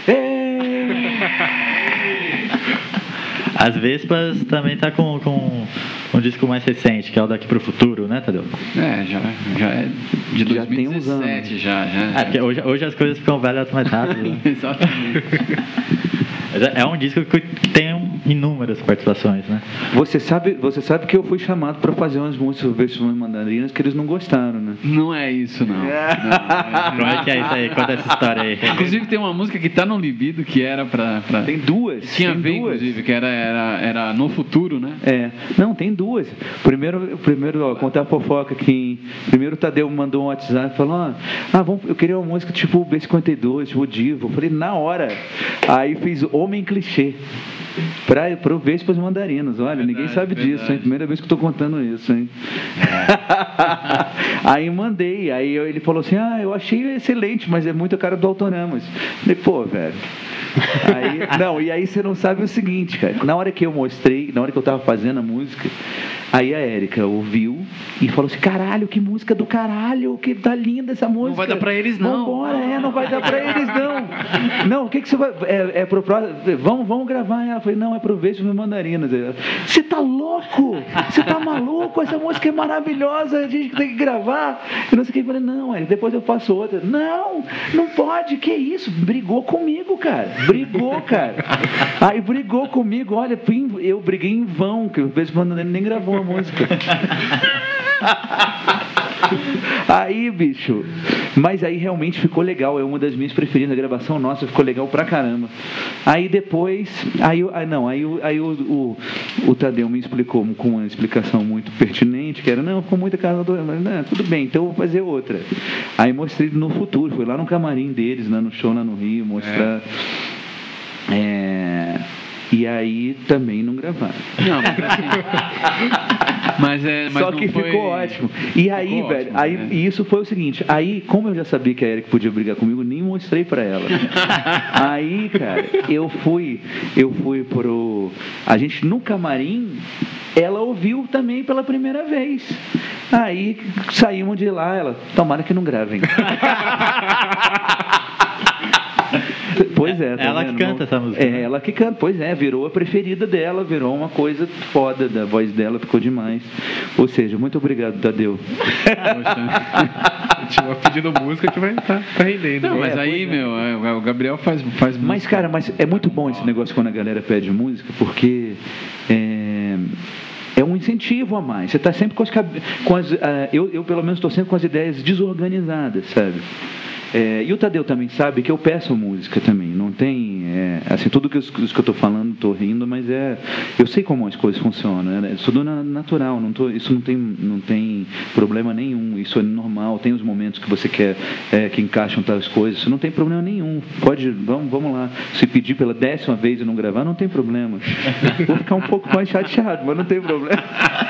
As Vespas também tá com um disco mais recente, que é o Daqui Pro Futuro, né, Tadeu? Já é de 2017 Já tem uns anos. É, porque hoje as coisas ficam velhas mais rápido. Né? Exatamente. É um disco que tem inúmeras participações, né? Você sabe que eu fui chamado para fazer umas músicas versões mandarinas que eles não gostaram, né? Não é isso, não. Como é que é isso aí? Conta essa história aí. Inclusive tem uma música que tá no Libido que era pra... Tem duas. Tinha a tem ver, duas. inclusive, que era No Futuro, né? Não, tem duas. Primeiro ó, contar a fofoca aqui. Primeiro o Tadeu mandou um WhatsApp e falou: eu queria uma música tipo B52, tipo Divo. Eu falei, na hora. Aí fiz Homem Clichê. Para o Vespas Mandarinas. Olha, ninguém sabe disso, hein? Primeira vez que eu estou contando isso, hein? Aí mandei. Aí ele falou assim: eu achei excelente, mas é muito a cara do Autoramas. Falei, pô, velho. E aí você não sabe o seguinte, cara. Na hora que eu mostrei, na hora que eu tava fazendo a música, aí a Érica ouviu e falou assim: caralho, que música do caralho, que tá linda essa música. Não vai dar pra eles, não. Vambora, não vai dar pra eles, não. Não, o que você vai... pro próximo... Vamos gravar. Ela falou: não, é pro Vespas Mandarinas. Você tá louco? Você tá maluco? Essa música é maravilhosa, a gente tem que gravar. Eu não sei o que. Eu falei: não, depois eu faço outra. Não pode, que isso? Brigou comigo, cara. Aí brigou comigo. Olha, eu briguei em vão, que o Vespas Mandarinas nem gravou a música. Aí, bicho, mas aí realmente ficou legal, é uma das minhas preferidas, a gravação nossa ficou legal pra caramba. Aí depois, o Tadeu me explicou com uma explicação muito pertinente, que era: não, ficou muita cara do... Não, tudo bem, então eu vou fazer outra. Aí mostrei No Futuro, fui lá no camarim deles, lá no show lá no Rio, mostrar. E aí também não gravaram. Não, mas só que ficou ótimo. E aí, velho, e isso foi o seguinte: aí, como eu já sabia que a Érica podia brigar comigo, nem mostrei pra ela. Aí, cara, eu fui a gente no camarim, ela ouviu também pela primeira vez. Aí saímos de lá, ela: tomara que não gravem. Pois é. Ela que canta essa música. Ela que canta, pois é, virou a preferida dela, virou uma coisa foda, da voz dela ficou demais. Ou seja, muito obrigado, Tadeu. Tinha pedido música que vai estar rendendo. Não, mas aí, o Gabriel faz música. Mas, cara, é muito bom esse negócio quando a galera pede música, porque é um incentivo a mais. Você está sempre com as eu pelo menos estou sempre com as ideias desorganizadas, sabe? E o Tadeu também sabe que eu peço música também. Não tem... assim, tudo que eu estou falando, estou rindo, mas eu sei como as coisas funcionam. É tudo natural. Isso não tem problema nenhum. Isso é normal. Tem os momentos que você quer que encaixam tais coisas. Isso não tem problema nenhum. Vamos lá. Se pedir pela 10ª vez e não gravar, não tem problema. Vou ficar um pouco mais chateado, mas não tem problema.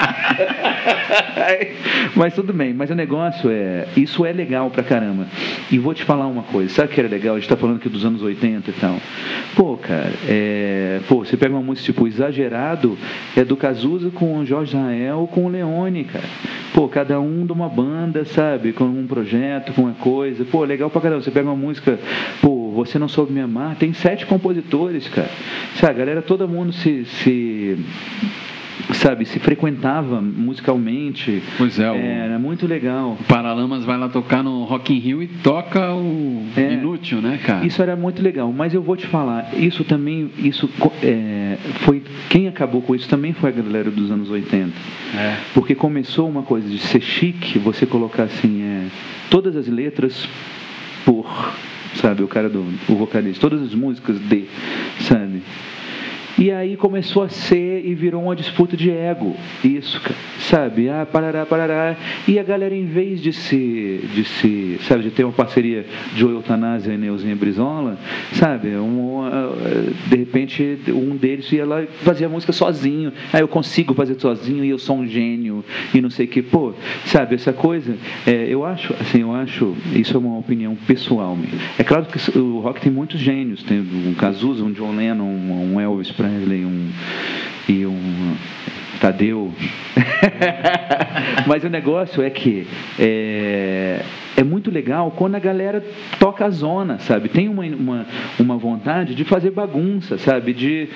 Mas tudo bem. Mas o negócio isso é legal pra caramba. E vou te falar uma coisa, sabe o que era legal? A gente está falando aqui dos anos 80 e tal. Pô, cara, você pega uma música tipo Exagerado, é do Cazuza com o Jorge Israel, com o Leone, cara. Pô, cada um de uma banda, sabe? Com um projeto, com uma coisa. Pô, legal pra caramba. Você pega uma música, pô, Você Não Soube Me Amar, tem 7 compositores, cara. Sabe, a galera, todo mundo se frequentava musicalmente. Pois é. Era muito legal. O Paralamas vai lá tocar no Rock in Rio e toca o Inútil, né, cara? Isso era muito legal, mas eu vou te falar, isso foi... Quem acabou com isso também foi a galera dos anos 80. Porque começou uma coisa de ser chique, você colocar assim, todas as letras sabe, o vocalista, todas as músicas sabe? E aí começou a ser e virou uma disputa de ego. Isso, sabe? Parará. E a galera, em vez de ter uma parceria de Eutanásia e Neuzinha Brizola, sabe? De repente, um deles ia lá e fazia a música sozinho. Aí eu consigo fazer sozinho e eu sou um gênio e não sei o que. Pô, sabe? Essa coisa, eu acho, isso é uma opinião pessoal minha. É claro que o rock tem muitos gênios. Tem um Cazuza, um John Lennon, um Elvis Presley, e um Tadeu. Mas o negócio é que é muito legal quando a galera toca a zona, sabe? Tem uma vontade de fazer bagunça, sabe?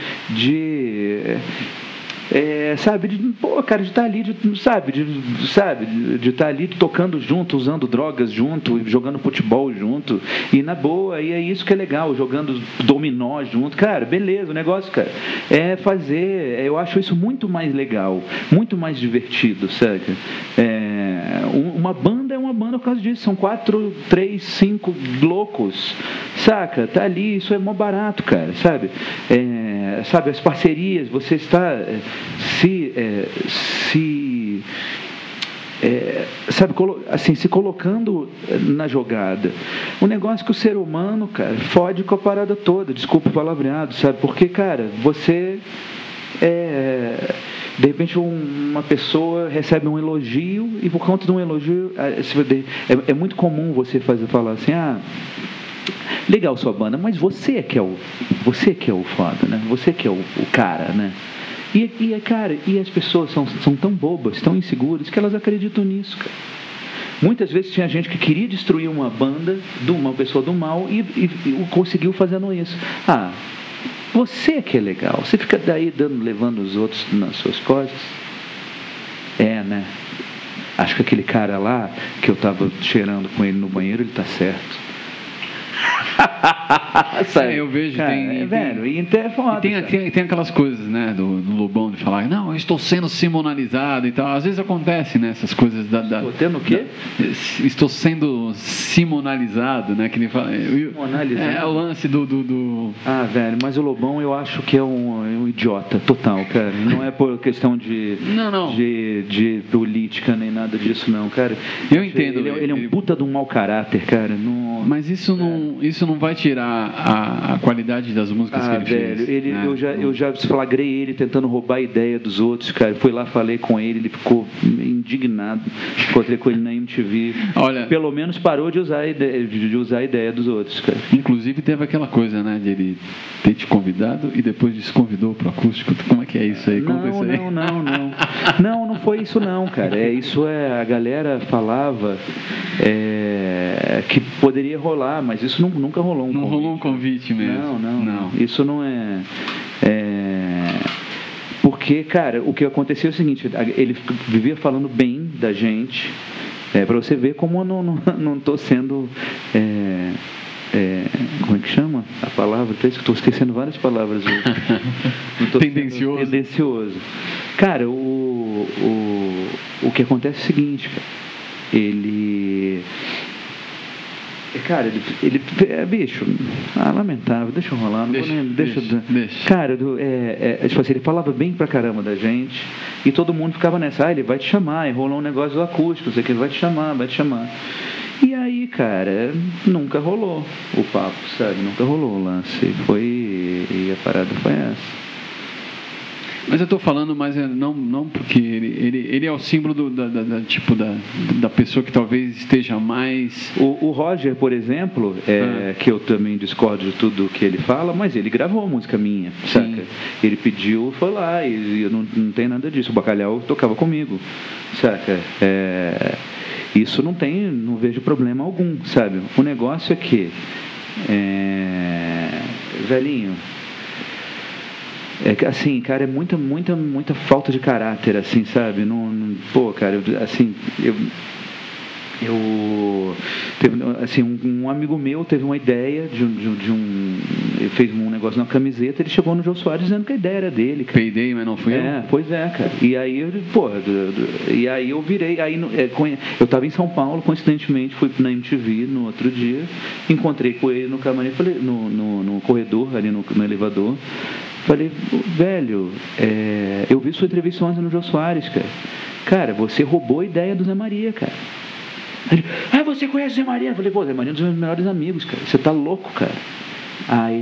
Sabe, de estar ali, de estar ali tocando junto, usando drogas junto, jogando futebol junto, e na boa, e é isso que é legal, jogando dominó junto, cara, beleza, o negócio, cara, é fazer, eu acho isso muito mais legal, muito mais divertido, sabe? Uma banda é uma banda por causa disso, são 4, 3, 5 loucos, saca? Tá ali, isso é mó barato, cara, sabe? Sabe, as parcerias, você está se colocando na jogada. Um negócio que o ser humano, cara, fode com a parada toda, desculpa o palavreado, sabe? Porque, cara, você de repente uma pessoa recebe um elogio e por conta de um elogio é muito comum você falar assim, legal sua banda, mas você que é o foda, né? Você que é o cara, né? E as pessoas são tão bobas, tão inseguras, que elas acreditam nisso, cara. Muitas vezes tinha gente que queria destruir uma banda, uma pessoa do mal, e conseguiu fazendo isso. Você que é legal, você fica daí levando os outros nas suas costas. Né? Acho que aquele cara lá, que eu estava cheirando com ele no banheiro, ele está certo. Eu vejo, cara, tem aquelas coisas, né, do Lobão de falar, não, eu estou sendo simonalizado e tal. Às vezes acontece, né, essas coisas Estou tendo o quê? Estou sendo simonalizado, né, que nem fala. Simonalizado? O lance do... velho, mas o Lobão eu acho que é um idiota total, cara. Não é por questão de política nem nada disso, não, cara. Eu entendo. Ele é um puta de um mau caráter, cara. Mas isso não vai tirar a qualidade das músicas que ele fez. Eu já flagrei ele tentando roubar a ideia dos outros, cara. Fui lá, falei com ele ficou indignado. Encontrei com ele na MTV. Olha, pelo menos parou de usar a ideia dos outros, cara. Inclusive teve aquela coisa, né, de ele ter te convidado e depois desconvidou pro acústico. Como é que é isso aí? Não foi isso não, cara. A galera falava que poderia rolar, mas isso nunca rolou um convite. Não rolou um convite mesmo. Não. Isso não é... Porque, cara, o que acontecia é o seguinte, ele vivia falando bem da gente, para você ver como eu não estou sendo... como é que chama a palavra? Estou esquecendo várias palavras hoje. Tendencioso. Cara, o que acontece é o seguinte, cara. Bicho, lamentável, deixa eu rolar, deixa. Cara, tipo assim, ele falava bem pra caramba da gente e todo mundo ficava nessa, ele vai te chamar, e rolou um negócio do acústico, sei que ele vai te chamar. E aí, cara, nunca rolou o papo, sabe? Nunca rolou o lance. E a parada foi essa. Mas eu estou falando, mas não porque ele é o símbolo da pessoa que talvez esteja mais... O Roger, por exemplo, que eu também discordo de tudo que ele fala, mas ele gravou a música minha, saca? Sim. Ele pediu, foi lá, e eu não tem nada disso. O Bacalhau tocava comigo, saca? Isso não vejo problema algum, sabe? O negócio é que, velhinho, assim, cara, é muita falta de caráter, assim, sabe? Pô, cara, um amigo meu teve uma ideia ele fez um negócio na camiseta, ele chegou no Jô Soares dizendo que a ideia era dele, cara. Peidei, mas não fui eu? Pois é, cara. E aí, eu virei, eu estava em São Paulo, coincidentemente, fui na MTV no outro dia, encontrei com ele no camarim, falei, no corredor, ali no elevador, falei, velho, eu vi sua entrevista ontem no Jô Soares, cara. Cara, você roubou a ideia do Zé Maria, cara. Ele, você conhece o Zé Maria? Eu falei, Zé Maria é um dos meus melhores amigos, cara. Você tá louco, cara. Ele,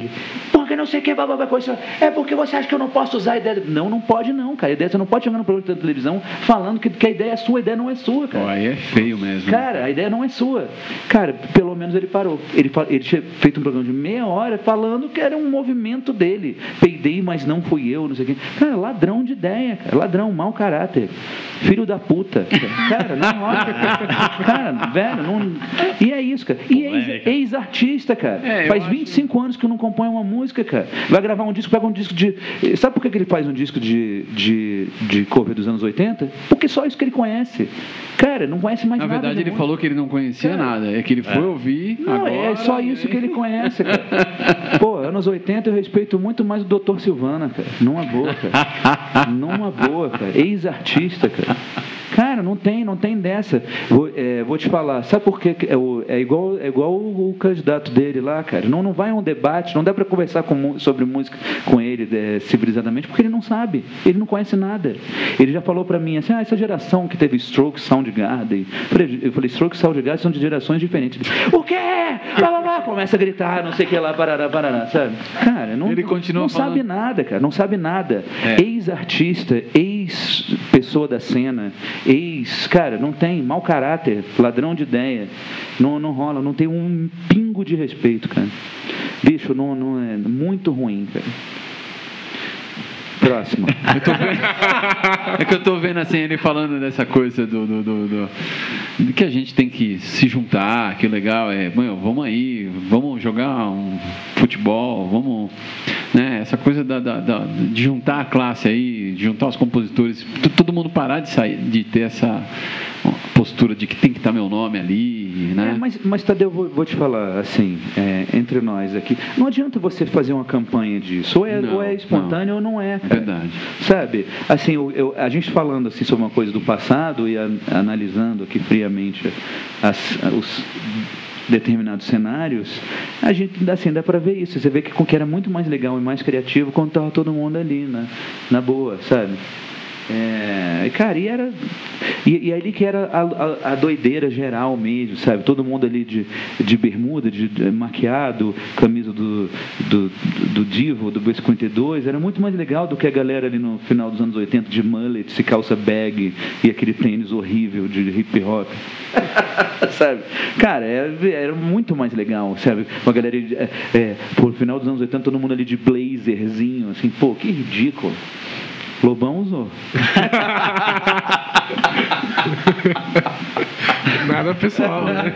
porque não sei o que, coisa. É porque você acha que eu não posso usar a ideia. Não pode não, cara. A ideia, você não pode chegar no programa de televisão falando que a ideia é sua, a ideia não é sua, cara. Aí é feio mesmo. Cara, a ideia não é sua. Cara, pelo menos ele parou. Ele tinha feito um programa de meia hora falando que era um movimento dele. Peidei, mas não fui eu, não sei o quê. Cara, ladrão de ideia, cara. Ladrão, mau caráter. Filho da puta. Cara, não rola. Cara, velho, não... E é isso, cara. E ex-artista, cara. Faz 25 anos que não compõe uma música, cara. Vai gravar um disco, pega um disco de... Sabe por que ele faz um disco de cover dos anos 80? Porque só isso que ele conhece. Cara, não conhece mais nada. Na verdade, ele falou que ele não conhecia nada. É que ele foi ouvir. Não, agora, é só isso que ele conhece, cara. Pô, anos 80 eu respeito muito mais o Dr. Silvana, cara. Numa boa, cara. Numa boa, cara. Ex-artista, cara. Cara, não tem dessa. Vou te falar, sabe por quê? É igual o candidato dele lá, cara. Não vai a um debate, não dá para conversar sobre música com ele civilizadamente, porque ele não sabe, ele não conhece nada. Ele já falou para mim assim, essa geração que teve Strokes, Soundgarden. Eu falei, Strokes e Soundgarden são de gerações diferentes. O quê? Começa a gritar, não sei o que lá, parará, sabe? Cara, ele continua não falando... sabe nada, cara, não sabe nada. Ex-artista, ex-pessoa da cena, cara, não tem, mau caráter, ladrão de ideia, não rola, não tem um pingo de respeito, cara. Bicho, não é muito ruim, cara. Próximo. É que eu tô vendo assim, ele falando dessa coisa do que a gente tem que se juntar, que o legal é, vamos aí, vamos jogar um futebol, vamos, né, essa coisa de juntar a classe aí, de juntar os compositores, todo mundo parar de ter essa postura de que tem que estar meu nome ali, né? Mas Tadeu, vou te falar assim, entre nós aqui, não adianta você fazer uma campanha disso, ou é espontâneo ou não é, cara. Verdade. Sabe, assim, a gente falando assim sobre uma coisa do passado e analisando aqui friamente os determinados cenários, a gente assim, dá para ver isso. Você vê que era muito mais legal e mais criativo quando estava todo mundo ali, na boa, sabe? Cara, e ali que era a doideira geral mesmo, sabe? Todo mundo ali de bermuda, maquiado, camisa do Divo, do B52, era muito mais legal do que a galera ali no final dos anos 80 de mullet, calça bag e aquele tênis horrível de hip hop. Sabe? Cara, era muito mais legal, sabe? Com a galera no final dos anos 80, todo mundo ali de blazerzinho, assim, pô, que ridículo. Lobão usou. Nada pessoal, né?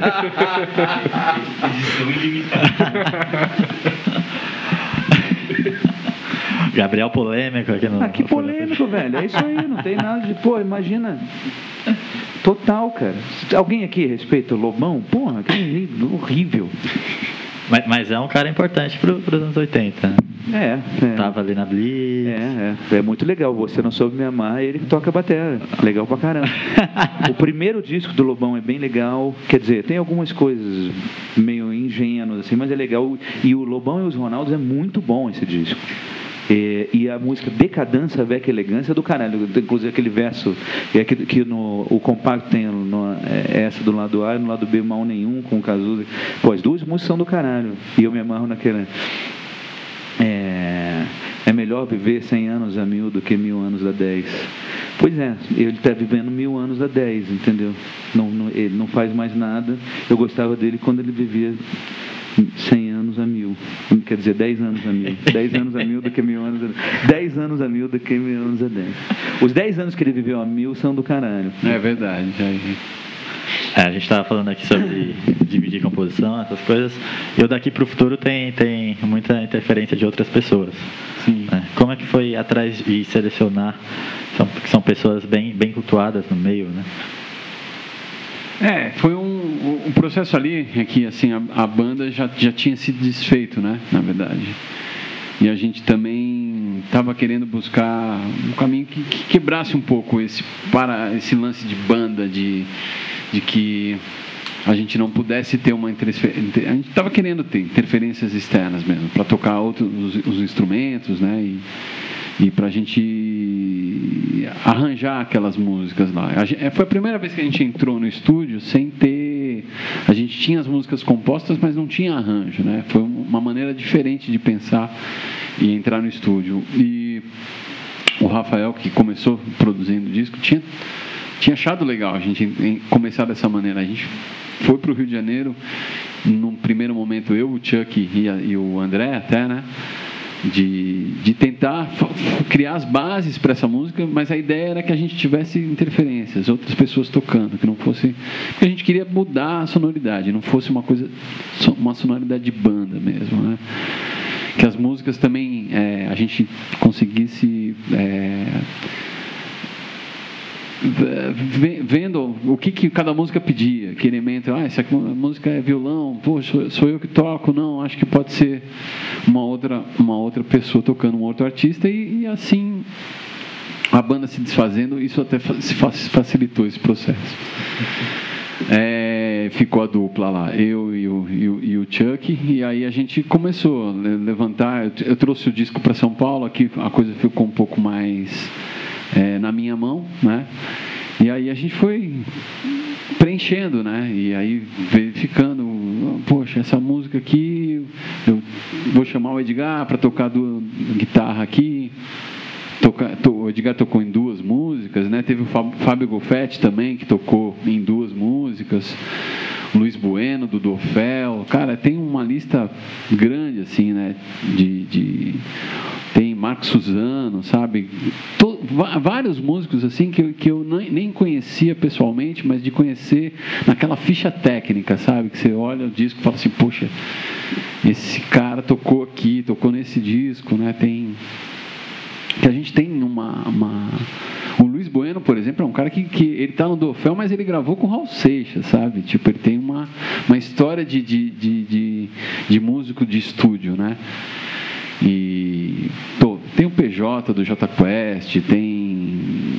Gabriel polêmico aqui no... que polêmico, velho. É isso aí, não tem nada de... Pô, imagina. Total, cara. Alguém aqui respeita o Lobão? Porra, que horrível. Mas é um cara importante para os anos 80, né? Tava ali na Blitz. É muito legal. Você Não Soube Me Amar, ele que toca a bateria. Legal pra caramba. O primeiro disco do Lobão é bem legal. Quer dizer, tem algumas coisas meio ingênuas, assim, mas é legal. E o Lobão e os Ronaldos é muito bom esse disco. E a música Decadência, Veca Elegância é do caralho. Inclusive aquele verso que o compacto tem essa do lado A e no lado B mal nenhum, com o Cazuza. Pô, as duas músicas são do caralho. E eu me amarro naquela... É melhor viver 100 anos a 1000 do que 1000 anos a 10. Pois é, ele está vivendo 1000 anos a 10, entendeu? Ele não faz mais nada. Eu gostava dele quando ele vivia 100 anos a 1000. Quer dizer, 10 anos a 1000. 10 anos a 1000 do que 1000 anos a 10. 10 anos a 1000 do que 1000 anos a 10. Os 10 anos que ele viveu a 1000 são do caralho. É verdade. A gente estava falando aqui sobre dividir composição, essas coisas. E o Daqui para o Futuro tem muita interferência de outras pessoas. Sim. Como é que foi atrás e selecionar? São pessoas bem cultuadas no meio, né? Foi um processo ali que assim, a banda já tinha se desfeito, né? Na verdade. E a gente também estava querendo buscar um caminho que quebrasse um pouco esse lance de banda, de que a gente não pudesse ter uma interferência. A gente estava querendo ter interferências externas mesmo, para tocar os instrumentos, né? E para a gente arranjar aquelas músicas lá. Foi a primeira vez que a gente entrou no estúdio sem ter... A gente gente tinha as músicas compostas, mas não tinha arranjo, né? Foi uma maneira diferente de pensar e entrar no estúdio. E o Rafael, que começou produzindo o disco, tinha achado legal a gente começar dessa maneira. A gente foi para o Rio de Janeiro, num primeiro momento eu, o Chuck e o André até, né? De tentar criar as bases para essa música, mas a ideia era que a gente tivesse interferências, outras pessoas tocando, que não fosse... Porque a gente queria mudar a sonoridade, não fosse uma sonoridade de banda mesmo, né? Que as músicas também a gente conseguisse... vendo o que cada música pedia, que elemento, essa música é violão, poxa, sou eu que toco, não, acho que pode ser uma outra pessoa tocando, um outro artista, e assim a banda se desfazendo, isso até facilitou esse processo. Ficou a dupla lá, eu e o Chuck, e aí a gente começou a levantar. Eu trouxe o disco para São Paulo, aqui a coisa ficou um pouco mais na minha mão, né? E aí a gente foi preenchendo, né? E aí verificando, poxa, essa música aqui, eu vou chamar o Edgar para tocar guitarra aqui. O Edgar tocou em 2 músicas, né? Teve o Fábio Golfetti também, que tocou em 2 músicas. Luiz Bueno, do Dofel. Cara, tem uma lista grande, assim, né? Tem Marco Suzano, sabe? Vários músicos, assim, que eu nem conhecia pessoalmente, mas de conhecer naquela ficha técnica, sabe? Que você olha o disco e fala assim, poxa, esse cara tocou aqui, tocou nesse disco, né? Que a gente tem o Luiz Bueno, por exemplo, é um cara que ele tá no Dofel, mas ele gravou com o Raul Seixas, sabe? Tipo, ele tem uma história de músico de estúdio, né? E tem o PJ do Jota Quest, tem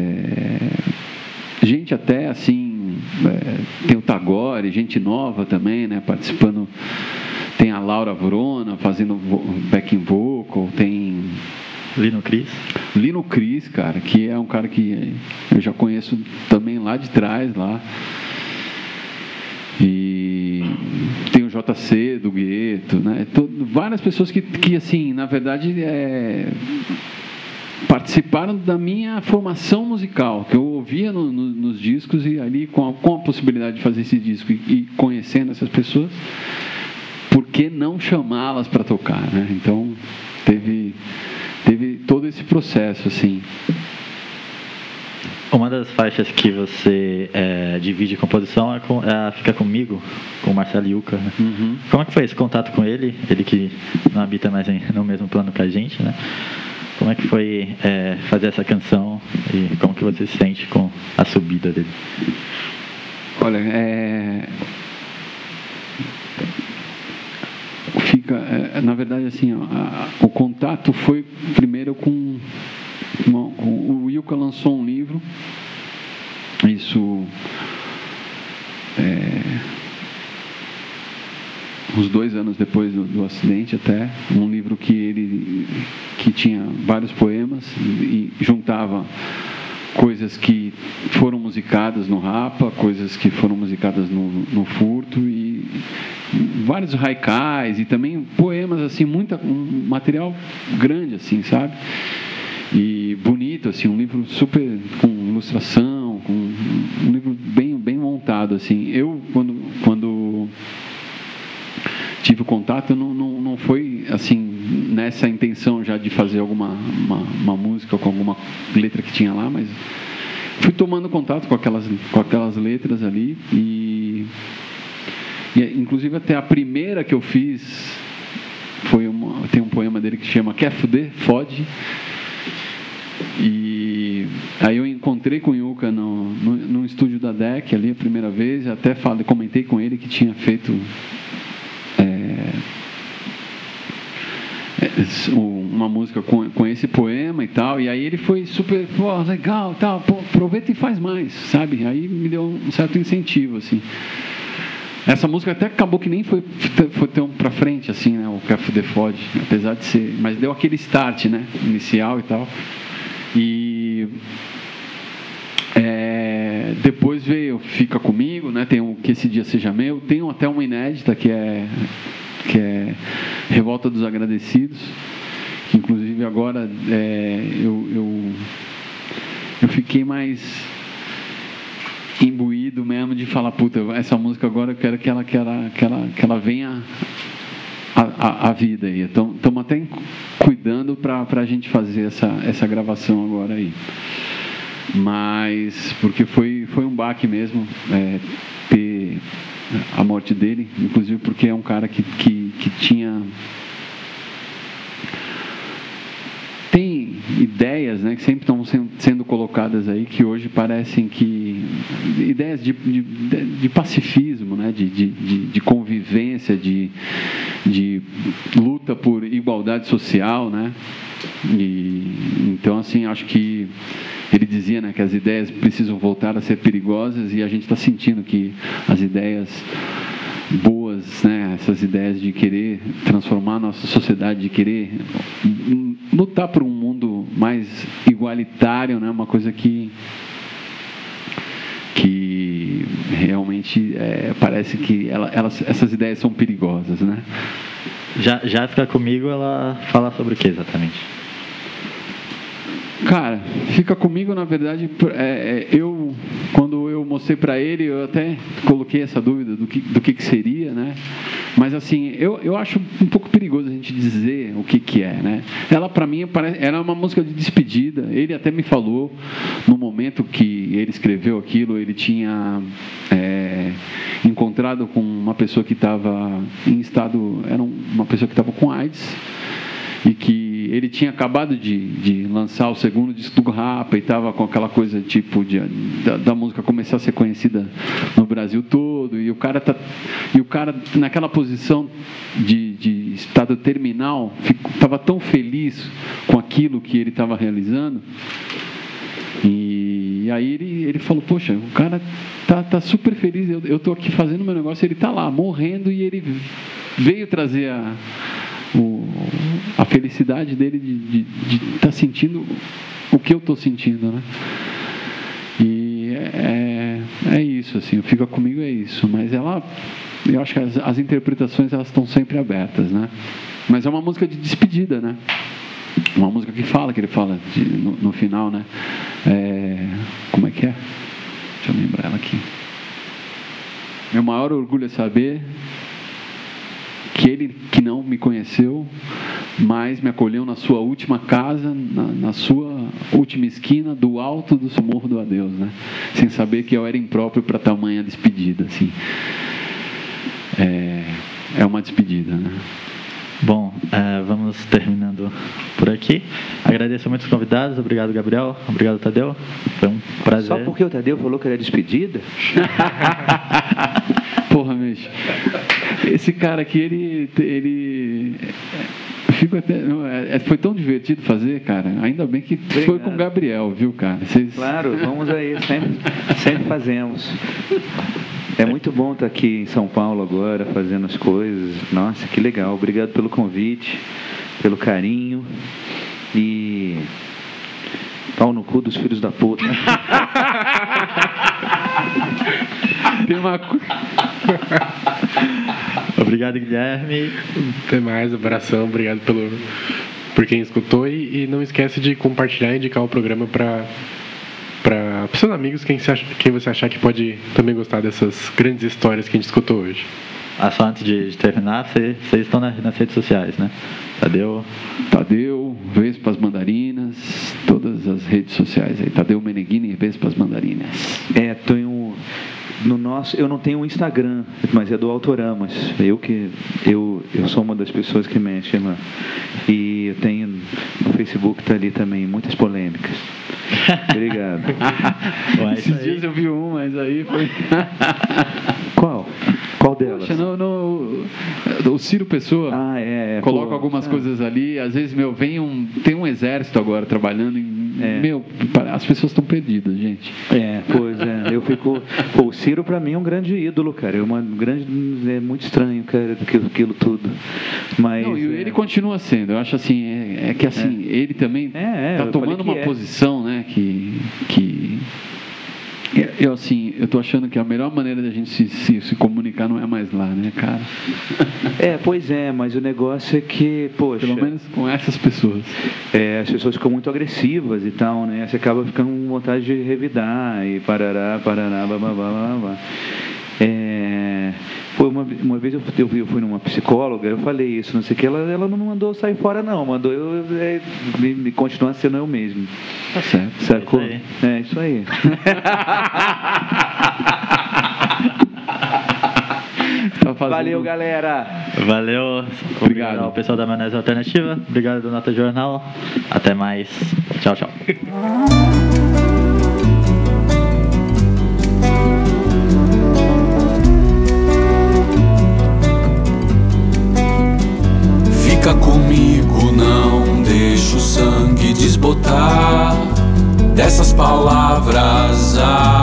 gente até assim, tem o Tagore, gente nova também, né? Participando. Tem a Laura Vrona fazendo backing vocal, tem Lino Cris, cara, que é um cara que eu já conheço também lá de trás, lá. E tem o JC do Gueto, né? Várias pessoas que assim, na verdade, participaram da minha formação musical, que eu ouvia nos discos, e ali com a possibilidade de fazer esse disco e conhecendo essas pessoas, por que não chamá-las para tocar, né? Então teve todo esse processo, assim. Uma das faixas que você divide a composição Fica Comigo, com o Marcelo Yuca, né? Uhum. Como é que foi esse contato com ele? Ele que não habita mais no mesmo plano que a gente, né? Como é que foi fazer essa canção e como que você se sente com a subida dele? Olha, na verdade, assim, o contato foi primeiro com o Yuca lançou um livro, isso uns 2 anos depois do acidente, até um livro que tinha vários poemas e juntava coisas que foram musicadas no Rapa, coisas que foram musicadas no Furto, e vários haikais e também poemas, assim, um material grande, assim, sabe? E bonito, assim, um livro super com ilustração, com um livro bem montado, assim. Eu, quando tive o contato, não foi, assim, nessa intenção já de fazer uma música com alguma letra que tinha lá, mas fui tomando contato com aquelas letras ali, e inclusive até a primeira que eu fiz tem um poema dele que chama Quer Fuder? Fode. E aí eu encontrei com o Yuca no estúdio da DEC ali a primeira vez, até comentei com ele que tinha feito uma música com esse poema e tal, e aí ele foi super, legal, tal, aproveita e faz mais, sabe? Aí me deu um certo incentivo, assim. Essa música até acabou que nem foi tão pra frente, assim, né? O Quer Fuder Fode, apesar de ser, mas deu aquele start, né? Inicial e tal. E Depois veio Fica Comigo, né? Tem o Que Esse Dia Seja Meu. Tem até uma inédita que é Revolta dos Agradecidos, que inclusive agora eu fiquei mais imbuído mesmo de falar, puta, essa música agora eu quero que ela venha à vida aí. Então estamos até cuidando para a gente fazer essa gravação agora aí. Mas porque foi um baque mesmo ter a morte dele, inclusive porque é um cara que tem ideias, né, que sempre estão sendo colocadas aí, que hoje parecem que ideias de pacifismo, né, de convivência, de luta por igualdade social, né? E então, assim, acho que ele dizia, né, que as ideias precisam voltar a ser perigosas, e a gente está sentindo que as ideias boas, né, essas ideias de querer transformar a nossa sociedade, de querer lutar por um mundo mais igualitário, né, uma coisa que realmente parece que essas ideias são perigosas, né? Já Fica Comigo, ela fala sobre o que exatamente? Cara, Fica Comigo, na verdade, quando eu mostrei para ele, eu até coloquei essa dúvida do que seria, né? Mas assim, eu acho um pouco perigoso a gente dizer o que é, né? Ela, para mim, era uma música de despedida. Ele até me falou, no momento que ele escreveu aquilo, ele tinha encontrado com uma pessoa que estava em estado, era uma pessoa que estava com AIDS, e que ele tinha acabado de lançar o segundo disco do Rapa, e estava com aquela coisa tipo da música começar a ser conhecida no Brasil todo, e o cara naquela posição de estado terminal, estava tão feliz com aquilo que ele estava realizando. E aí ele falou, poxa, o cara tá super feliz, eu tô aqui fazendo meu negócio, ele tá lá morrendo, e ele veio trazer a felicidade dele de estar sentindo o que eu estou sentindo, né? E é isso, assim, Fica Comigo é isso. Mas eu acho que as interpretações, elas estão sempre abertas, né? Mas é uma música de despedida, né? Uma música que ele fala no final, né? Como é que é? Deixa eu lembrar ela aqui. Meu maior orgulho é saber que ele, que não me conheceu, mas me acolheu na sua última casa, na sua última esquina, do alto do morro do adeus, né? Sem saber que eu era impróprio para tamanha despedida, assim. É uma despedida, né? Bom, vamos terminando por aqui. Agradeço muito os convidados. Obrigado, Gabriel. Obrigado, Tadeu. Foi um prazer. Só porque o Tadeu falou que era despedida? Porra, bicho. Esse cara aqui, ele fico até, foi tão divertido fazer, cara. Ainda bem que foi com o Gabriel, viu, cara? Claro, vamos aí. Sempre fazemos. É muito bom estar aqui em São Paulo agora, fazendo as coisas. Nossa, que legal. Obrigado pelo convite, pelo carinho. E pau no cu dos filhos da puta. Tem uma... Obrigado, Guilherme. Até mais, abração. Obrigado por quem escutou. E não esquece de compartilhar e indicar o programa para seus amigos, quem você achar que pode também gostar dessas grandes histórias que a gente escutou hoje. Só antes de terminar, vocês estão nas redes sociais, né? Tadeu, Vespas Mandarinas, todas as redes sociais aí. Tadeu Meneghini e Vespas Mandarinas. Eu não tenho um Instagram, mas é do Autoramas. Eu sou uma das pessoas que mexe lá. E eu tenho o Facebook, tá ali também, muitas polêmicas. Obrigado. Bom, esses dias eu vi mas aí foi... Qual delas? Poxa, o Ciro Pessoa coloca algumas coisas ali. Às vezes, tem um exército agora trabalhando em... as pessoas estão perdidas, gente. Pois é. Eu fico... o Ciro, pra mim, é um grande ídolo, cara. É muito estranho, cara, aquilo tudo. Mas, não, e ele continua sendo. Eu acho assim, ele também está tomando uma posição, né, que Eu tô achando que a melhor maneira da gente se comunicar não é mais lá, né, cara? Pois é, mas o negócio é que, poxa... Pelo menos com essas pessoas. As pessoas ficam muito agressivas e tal, né? Você acaba ficando com vontade de revidar e parará, babá. Uma vez eu fui numa psicóloga, eu falei isso, não sei o que, ela não mandou eu sair fora, não, mandou eu me continuar sendo eu mesmo. Tá certo. Sacou? Isso aí. Valeu, galera. Valeu. Obrigado ao pessoal da Maionese Alternativa. Obrigado do Nota Jornal. Até mais. Tchau, tchau. Fica comigo, não deixa o sangue desbotar dessas palavras.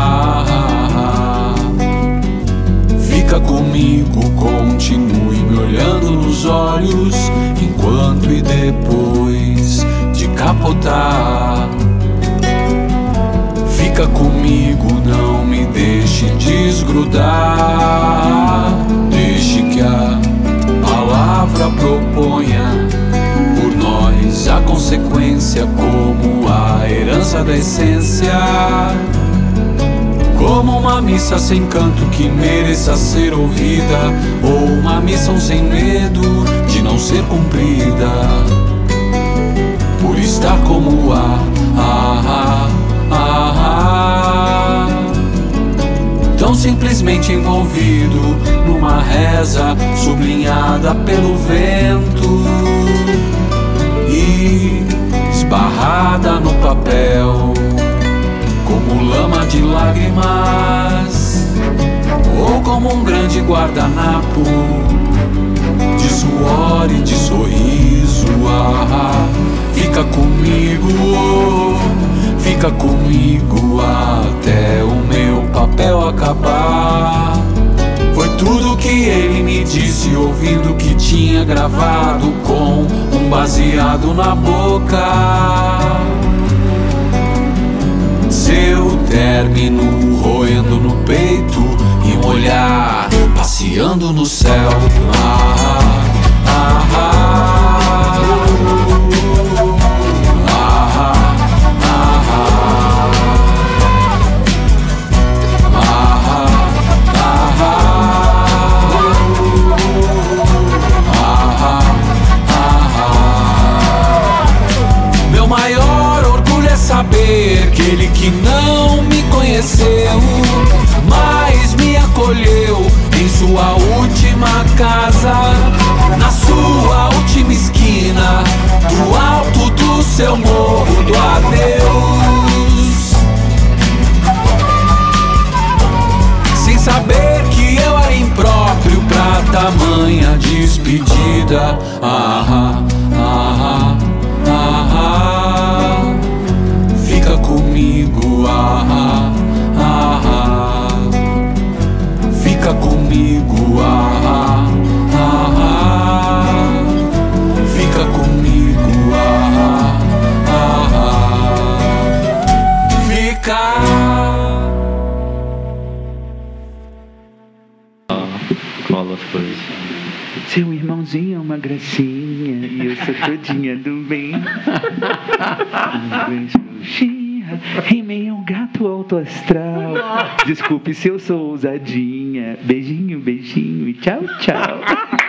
Fica comigo, continue me olhando nos olhos enquanto e depois de capotar. Fica comigo, não me deixe desgrudar. Deixe que a palavra proponha por nós a consequência como a herança da essência. Como uma missa sem canto que mereça ser ouvida, ou uma missão sem medo de não ser cumprida, por estar como o ar. Tão simplesmente envolvido numa reza sublinhada pelo vento e esbarrada no papel como lama de lágrimas, ou como um grande guardanapo de suor e de sorriso. Fica comigo até o meu papel acabar. Foi tudo que ele me disse, ouvindo que tinha gravado com um baseado na boca. Seu término roendo no peito e um olhar passeando no céu. Meu maior orgulho é saber que ele que não me conheceu, mas me acolheu em sua última casa, na sua última esquina, do alto do seu morro do adeus, sem saber que eu era impróprio pra tamanha despedida. Fica comigo, fica comigo, fica comigo, fica. Cola as coisas. Seu irmãozinho é uma gracinha e eu sou todinha do bem. Rimei é um gato alto astral. Desculpe se eu sou ousadinha. Beijinho, beijinho e tchau, tchau.